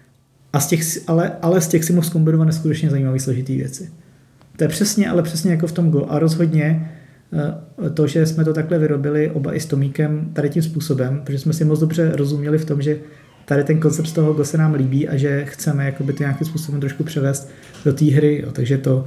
a z těch, ale, ale z těch si mohl zkombinovat neskutečně zajímavý složitý věci. To je přesně, ale přesně jako v tom Go. A rozhodně to, že jsme to takhle vyrobili oba i s Tomíkem tady tím způsobem, protože jsme si moc dobře rozuměli v tom, že tady ten koncept z toho Go se nám líbí a že chceme jakoby to nějakým způsobem trošku převést do té hry. Jo. Takže to,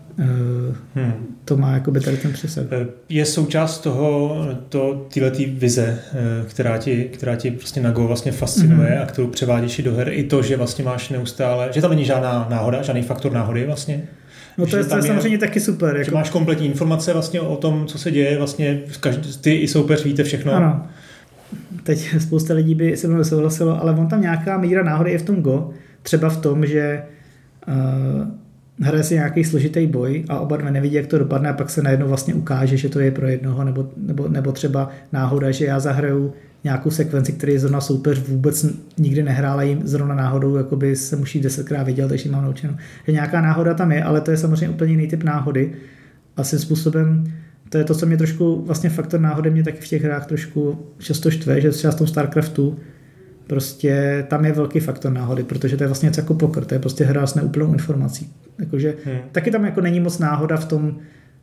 hmm. to má jakoby tady ten přesah. Je součást toho to, tyhletý vize, která ti, která ti prostě na Go vlastně fascinuje hmm. a kterou převádíš i do her, i to, že vlastně máš neustále, že tam není žádná náhoda, žádný faktor náhody vlastně. No to je, to je samozřejmě taky super. Že jako máš kompletní informace vlastně o tom, co se děje, vlastně každý, ty i soupeř víte všechno. Ano. Teď spousta lidí by se mnou souhlasilo, ale on tam nějaká míra náhody je v tom Go. Třeba v tom, že uh, hraje si nějaký složitý boj a oba dva nevidí, jak to dopadne a pak se najednou vlastně ukáže, že to je pro jednoho, nebo, nebo, nebo třeba náhoda, že já zahraju nějakou sekvenci, který zrovna soupeř vůbec nikdy nehrál a jim zrovna náhodou jakoby se musí desetkrát viděl, takže mám naučeno. Že nějaká náhoda tam je, ale to je samozřejmě úplně jiný typ náhody. A svým způsobem to je to, co mě trošku, vlastně faktor náhody mě taky v těch hrách trošku často štve, že třeba v tom StarCraftu prostě tam je velký faktor náhody, protože to je vlastně něco jako poker, to je prostě hra s neúplnou informací. Jakože, hmm. Taky tam jako není moc náhoda v tom,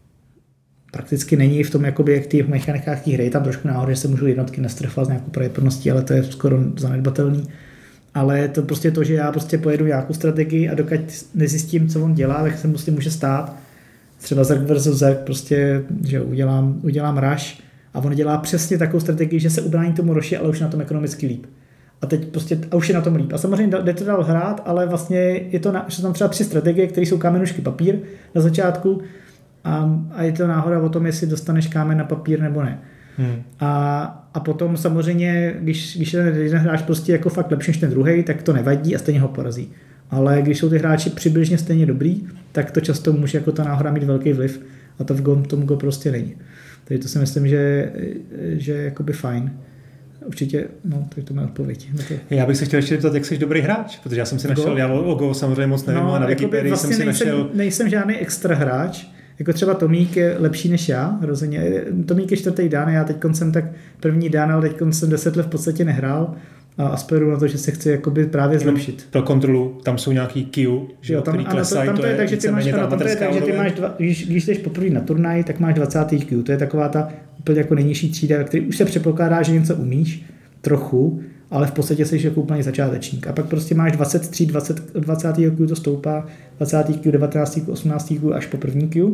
prakticky není v tom, jakoby, jak ty mechanikách té hry, je tam trošku náhody, že se můžu jednotky nastrefovat s nějakou pravděpodobností, ale to je skoro zanedbatelný. Ale to prostě to, že já prostě pojedu nějakou strategii a dokud nezjistím, co on dělá, tak se prostě může stát. Třeba Zerg versus Zerg, prostě, že udělám, udělám rush a on dělá přesně takovou strategii, že se ubrání tomu roši, ale už na tom ekonomicky líp. A teď prostě, a už je na tom líp. A samozřejmě jde to dál hrát, ale vlastně je to, na, jsou tam třeba tři strategie, které jsou kamenušky papír na začátku, A, a je to náhoda o tom, jestli dostaneš kámen na papír nebo ne. Hmm. A, a potom samozřejmě, když, když jeden hráč prostě jako fakt lepší než ten druhej, tak to nevadí a stejně ho porazí. Ale když jsou ty hráči přibližně stejně dobrý, tak to často může jako ta náhoda mít velký vliv a to v Go, tomu Go prostě není. Takže to si myslím, že, že je jakoby fajn. Určitě, no, to je to moje odpověď. To... Já bych se chtěl ještě zeptat, jak jsi dobrý hráč, protože já jsem si našel, Go? Já o Go samozřejmě moc nevím, no, a na Wikipedii vlastně jsem si nejsem, našel... nejsem žádný extra hráč, jako třeba Tomík je lepší než já, rozhodně. Tomík je čtvrtý dan, já teď jsem tak první dan, ale teď jsem deset let v podstatě nehrál a aspiruju na to, že se chci jakoby právě zlepšit. Pro kontrolu, tam jsou nějaký Q, že jo, tam, který klesají, tam to, to je, je takže ty máš, ano, tam to je tak, že ty máš dva, když, když jdeš poprvé na turnaj, tak máš dvacátý Q, to je taková ta úplně jako nejnižší třída, který už se předpokládá, že něco umíš, trochu, ale v podstatě jsi jako úplně začátečník. A pak prostě máš dvacet tři, dvacet, dvacátý Q to stoupá, dvacátý Q, devatenáctý Q, osmnáctý Q až po první Q.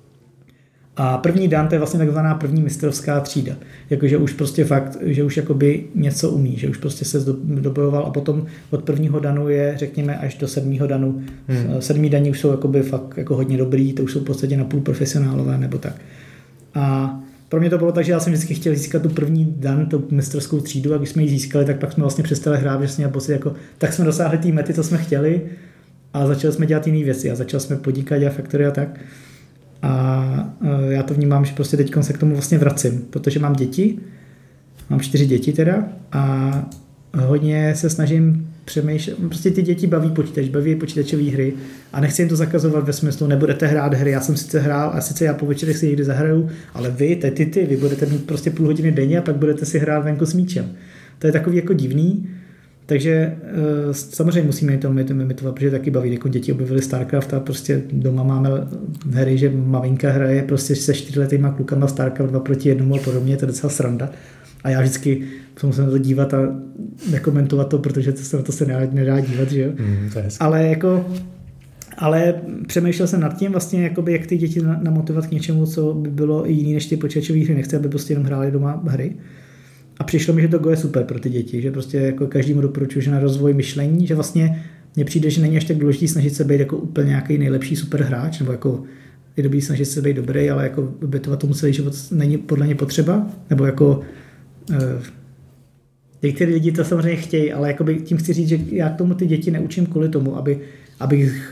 A první dan to je vlastně takzvaná první mistrovská třída. Jakože už prostě fakt, že už jakoby něco umí, že už prostě se dobojoval a potom od prvního danu je, řekněme, až do sedmého danu. Hmm. Sedmý daní už jsou jakoby fakt jako hodně dobrý, to už jsou v podstatě napůl profesionálové nebo tak. A pro mě to bylo tak, že já jsem vždycky chtěl získat tu první dan, tu mistrovskou třídu a když jsme ji získali, tak pak jsme vlastně přestali hrát, že jsme měli pocit, jako, tak jsme dosáhli té mety, co jsme chtěli a začali jsme dělat jiné věci a začali jsme podnikat, dělat faktory a tak. A já to vnímám, že prostě teď se k tomu vlastně vracím, protože mám děti, mám čtyři děti teda a hodně se snažím přemýšlel, prostě ty děti baví počítač, baví počítačové hry a nechci jim to zakazovat ve smyslu, nebudete hrát hry, já jsem sice hrál a sice já po večerech si někdy zahraju, ale vy, ty, ty, ty, vy budete mít prostě půl hodiny denně a pak budete si hrát venku s míčem. To je takový jako divný, takže samozřejmě musíme to imitovat, protože taky baví, jako děti objevily StarCraft a prostě doma máme hry, že maminka hraje prostě se čtyřletýma klukama StarCraft dva proti jednomu a podobně, to je docela sranda. A já vždycky musím na to dívat a nekomentovat to, protože to se na to se nedá, nedá dívat, že jo. Mm, to je ale jako, ale přemýšlel jsem nad tím vlastně, jakoby, jak ty děti namotivovat k něčemu, co by bylo i jiný než ty počítačové hry. Nechci, aby prostě jenom hráli doma hry. A přišlo mi, že to Go je super pro ty děti, že prostě jako každému doporučuji, že na rozvoj myšlení, že vlastně mně přijde, že není až tak důležité snažit se být jako úplně nějaký nejlepší super hráč, nebo jako je dobrý snažit se být dobrý, ale jako obětovat tomu celý život není podle mě potřeba, nebo jako některé lidi to samozřejmě chtějí, ale jakoby tím chci říct, že já tomu ty děti neučím kvůli tomu, aby, abych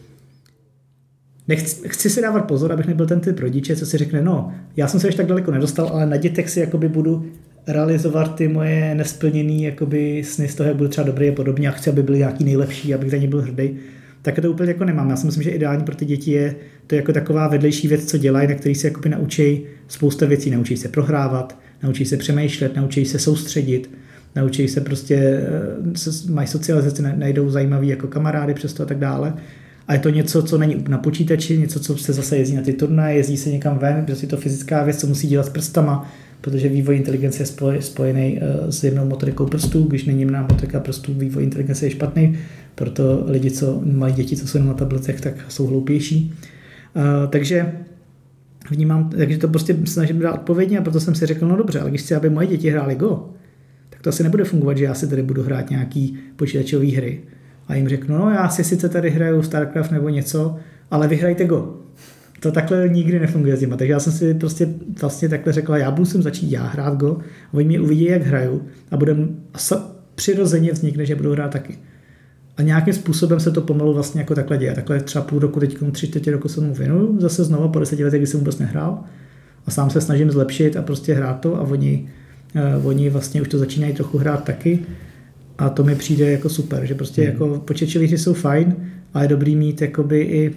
nechci, chci si dávat pozor, abych nebyl ten typ rodiče, co si řekne, no, já jsem se ještě tak daleko nedostal, ale na dětech si jakoby budu realizovat ty moje nesplněné jakoby sny z toho, jak budu třeba dobrý a podobně a chci, aby byli nějaký nejlepší, abych za ně byl hrdý. Tak to úplně jako nemám. Já si myslím, že ideální pro ty děti je to jako taková vedlejší věc, co dělají, na který se jakoby naučí spousta věcí. Naučí se prohrávat, naučí se přemýšlet, naučí se soustředit, naučí se prostě, mají socializaci, najdou zajímavý jako kamarády přesto a tak dále. A je to něco, co není na počítači, něco, co se zase jezdí na ty turnaje, jezdí se někam ven, prostě je to fyzická věc, co musí dělat s prstama, protože vývoj inteligence je spojený s jemnou motorikou prstů, když není jemná motorika prstů, vývoj inteligence je špatný, proto lidi, co mají děti, co jsou na tabletech, tak jsou hloupější. Uh, takže vnímám, takže to prostě snažím dát odpovědně a proto jsem si řekl, no dobře, ale když chci, aby moje děti hrály Go, tak to asi nebude fungovat, že já si tady budu hrát nějaký počítačové hry a jim řeknu, no já si sice tady hraju StarCraft nebo něco, ale vy hrajte Go. To takhle nikdy nefunguje s nima, takže já jsem si prostě vlastně takhle řekla, já budu sem začít já hrát Go, a oni mě uvidí, jak hraju a budem přirozeně vznikne, že budu hrát taky. A nějakým způsobem se to pomalu vlastně jako takhle děje. Takhle třeba půl roku, teď tři čtvrtě roku se mu věnuju, zase znovu po deseti letech, kdy jsem vůbec nehrál a sám se snažím zlepšit a prostě hrát to a oni, uh, oni vlastně už to začínají trochu hrát taky a to mi přijde jako super, že prostě hmm. jako počítačové hry jsou fajn a je dobrý mít jakoby i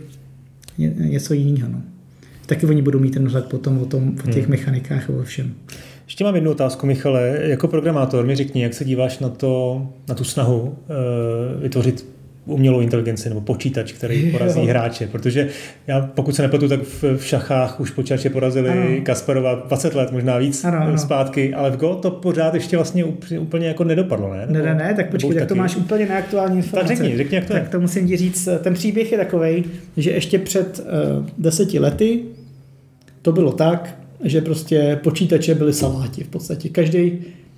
něco jiného. No. Taky oni budou mít ten vhled potom o, tom, o těch hmm. mechanikách a o všem. Ještě mám jednu otázku, Michale. Jako programátor mi řekni, jak se díváš na, to, na tu snahu uh, vytvořit umělou inteligenci nebo počítač, který porazí jo. hráče. Protože já, pokud se nepletu, tak v, v šachách už počítače porazili ano. Kasparova dvacet let, možná víc ano, ano. zpátky, ale v Go to pořád ještě vlastně úplně jako nedopadlo, ne? Nebo, ne, ne, ne, tak počkej, tak to máš úplně neaktuální informace. Tak řekni, řekni, jak to tak je. to musím ti říct, ten příběh je takovej, že ještě před uh, deseti lety to bylo tak, že prostě počítače byly saláti v podstatě. Každý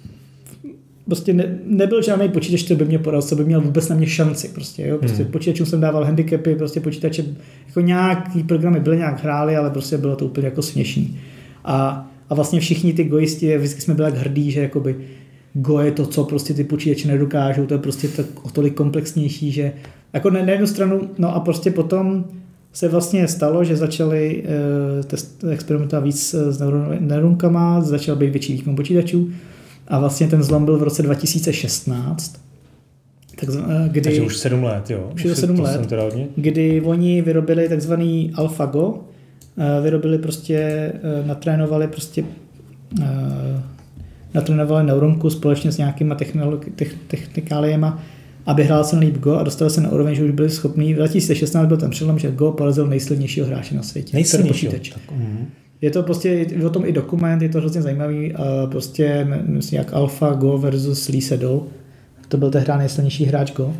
prostě ne, nebyl žádný počítač, který by mě porazil, co by měl vůbec na mě šanci. Prostě, jo? Prostě hmm. počítačům jsem dával handicapy, prostě počítače, jako nějaký programy byly nějak hrály, ale prostě bylo to úplně jako směšný. A, a vlastně všichni ty goisti, vždycky jsme byli tak hrdí, že jakoby Go je to, co prostě ty počítače nedokážou, to je prostě tak o tolik komplexnější, že jako na, na jednu stranu, no a prostě potom se vlastně stalo, že začali uh, test, experimentovat víc s neuronkama, začal být větší výkon počítačů a vlastně ten zlom byl v roce dva tisíce šestnáct. Tak, uh, kdy, Takže už sedm let, jo? Už je sedm let, kdy oni vyrobili takzvaný AlphaGo, uh, vyrobili prostě, uh, natrénovali prostě uh, natrénovali neuronku společně s nějakýma technikáliema, aby hrál se líp Go a dostal se na úroveň, že už byli schopní. V dva tisíce šestnáct byl ten přelom, že Go porazil nejsilnějšího hráče na světě. Nejsilnějšího. Tak, uh-huh. Je to prostě, je o tom i dokument, je to hrozně zajímavý. A prostě myslím, jak Alpha Go versus Lee Sedol. To byl tehdy nejsilnější hráč Go.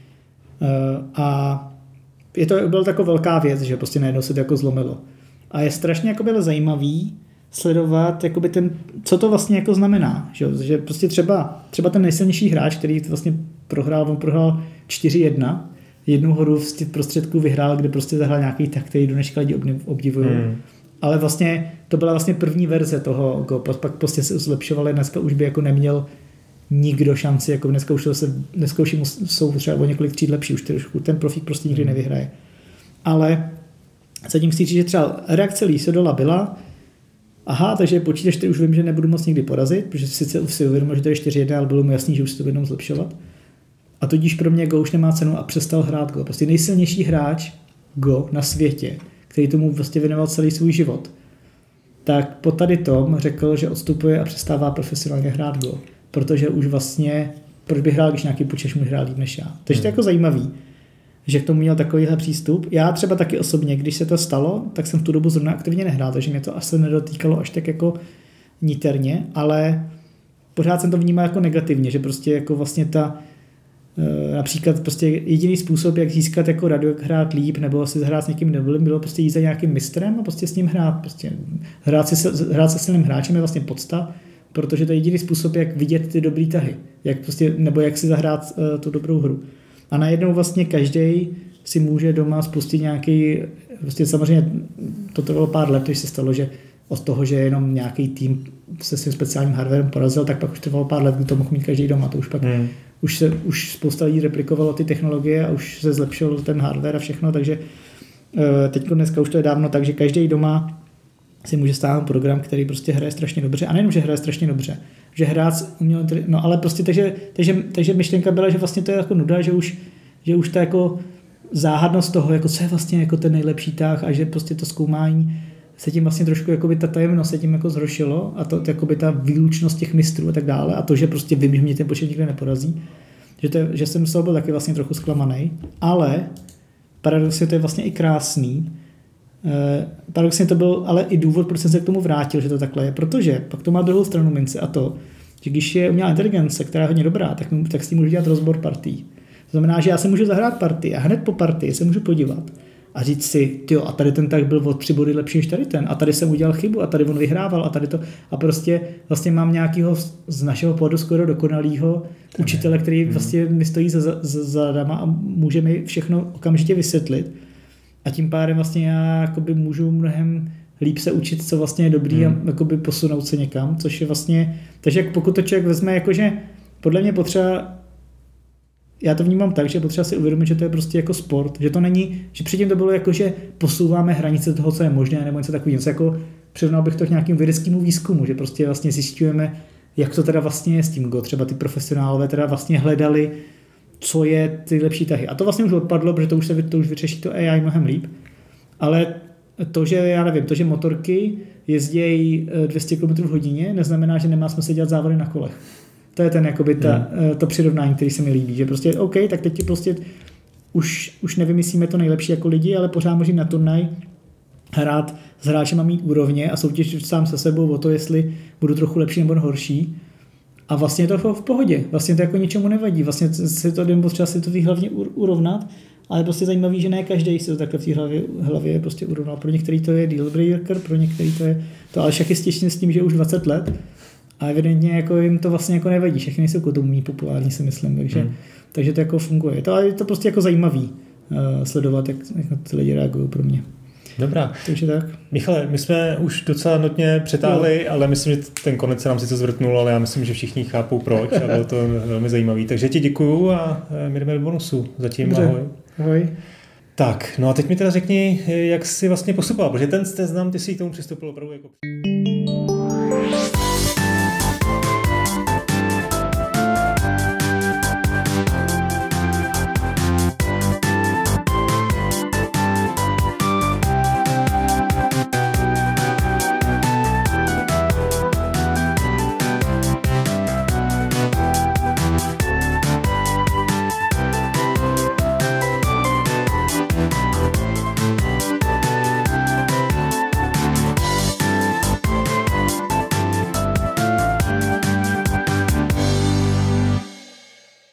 A je to byla taková velká věc, že prostě najednou se to jako zlomilo. A je strašně jako bylo zajímavý sledovat, jakoby ten, co to vlastně jako znamená. Že, že prostě třeba, třeba ten nejsilnější hráč, který vlastně prohrál, on prohrál čtyři jedna, jednu horu z těch prostředků vyhrál, kde prostě zahrál nějaký tak, který do dneška lidi obdivují. Hmm. Ale vlastně to byla vlastně první verze toho Go, pak prostě se zlepšovali, dneska už by jako neměl nikdo šanci, jako dneska už, se, dneska už jsou třeba o několik tříd lepší, už ten profík prostě nikdy nevyhraje. Ale co tím chci říct, že třeba reakce Lee Sedola byla, aha, takže počítač, který už vím, že nebudu moc nikdy porazit, protože sice si uvědomil, že to je čtyři jedna, ale bylo mu jasný, že už se to bude jenom zlepšovat. a tudíž pro mě Go už nemá cenu a přestal hrát Go. Prostě nejsilnější hráč Go na světě, který tomu vlastně věnoval celý svůj život, tak po tady tom řekl, že odstupuje a přestává profesionálně hrát Go. Protože už vlastně, proč by hrál, když nějaký počítač může hrát líp než já. Takže hmm. to je jako zajímavý, že k tomu měl takovýhle přístup. Já třeba taky osobně, když se to stalo, tak jsem v tu dobu zrovna aktivně nehrál, takže mě to asi nedotýkalo až tak jako niterně, ale pořád jsem to vnímal jako negativně, že prostě jako vlastně ta například prostě jediný způsob, jak získat jako radu, jak hrát líp, nebo si hrát s někým nevolím, bylo prostě jít za nějakým mistrem a prostě s ním hrát. Prostě hrát, si, hrát se silným hráčem je vlastně podsta, protože to je jediný způsob, jak vidět ty dobrý tahy, jak prostě, nebo jak si zahrát uh, tu dobrou hru. A najednou vlastně každý si může doma spustit nějaký, prostě samozřejmě to trvalo pár let, když se stalo, že od toho, že jenom nějaký tým se svým speciálním hardwarem porazil, tak pak už trvalo pár let, kdy to mohl mít každý doma. To už pak hmm. už, se, už spousta lidí replikovalo ty technologie a už se zlepšil ten hardware a všechno, takže teď dneska už to je dávno tak, že každý doma si může stáhnout program, který prostě hraje strašně dobře. A nejenom, že hraje strašně dobře, že hrát uměl, no ale prostě takže, takže, takže myšlenka byla, že vlastně to je jako nuda, že už, že už ta jako záhadnost toho, jako co je vlastně jako ten nejlepší tah a že prostě to zkoumání se tím vlastně trošku jakoby ta tajemnost se tím jako zhoršilo a to jakoby ta výlučnost těch mistrů a tak dále a to, že prostě vím, že mě ten počet nikdy neporazí, že, to je, že jsem z toho byl taky vlastně trochu zklamaný, ale paradoxně to je vlastně i krásný. E, paradoxně to byl ale i důvod, proč jsem se k tomu vrátil, že to takhle je, protože pak to má druhou stranu mince a to, že když je umělá inteligence, která je hodně dobrá, tak, tak s tím můžu dělat rozbor partí. To znamená, že já se můžu zahrát partii a hned po partii se můžu podívat a říct si, tyjo, a tady ten tak byl o tři body lepší než tady ten, a tady jsem udělal chybu, a tady on vyhrával, a tady to, a prostě vlastně mám nějakého z našeho pohledu skoro dokonalýho učitele, který vlastně mi stojí za, za, za dama a může mi všechno okamžitě vysvětlit. A tím pádem vlastně já jakoby můžu mnohem líp se učit, co vlastně je dobrý hmm. a jakoby posunout se někam, což je vlastně, takže pokud to člověk vezme, jakože podle mě potřeba, já to vnímám tak, že potřeba si uvědomit, že to je prostě jako sport, že to není, že předtím to bylo jako, že posouváme hranice toho, co je možné, nebo něco takového, něco jako přirovnal bych to k nějakým vědeckému výzkumu, že prostě vlastně zjišťujeme, jak to teda vlastně je s tím Go, třeba ty profesionálové teda vlastně hledali, co je ty lepší tahy. A to vlastně už odpadlo, protože to už se to už vyřeší to A I mnohem líp. Ale to, že já nevím, to, že motorky jezdějí dvě stě kilometrů v hodině, neznamená, že nemá smysl dělat závody na kolech. To je ten, jakoby ta, hmm. to přirovnání, který se mi líbí, že prostě OK, tak teď ti prostě už, už nevymyslíme to nejlepší jako lidi, ale pořád můžeme na turnaj hrát s hráčem a mít úrovně a soutěžit sám se sebou o to, jestli budu trochu lepší nebo horší. A vlastně je to v pohodě, vlastně to jako ničemu nevadí, vlastně si to jdem potřeba si to v hlavně urovnat, ale prostě zajímavý, že ne každý si to takhle v té hlavě, hlavě prostě urovnal. Pro některý to je deal breaker, pro některý to je to, ale však je stěžně s tím, že už dvacet let a evidentně jako jim to vlastně jako nevadí, všechny jsou kotumní populární, si myslím, takže, hmm. takže to jako funguje. To, ale je to prostě jako zajímavý uh, sledovat, jak, jak ty lidi reagují pro mě. Dobrá. Takže tak. Michale, my jsme už docela notně přetáhli, no. ale myslím, že ten konec se nám sice zvrtnul, ale já myslím, že všichni chápou proč a bylo to velmi zajímavý. Takže ti děkuju a my jdeme do bonusu. Zatím Dobře. ahoj. Ahoj. Tak, no a teď mi teda řekni, jak jsi vlastně postupoval, protože ten seznam, ty si k tomu přistoupil opravdu jako...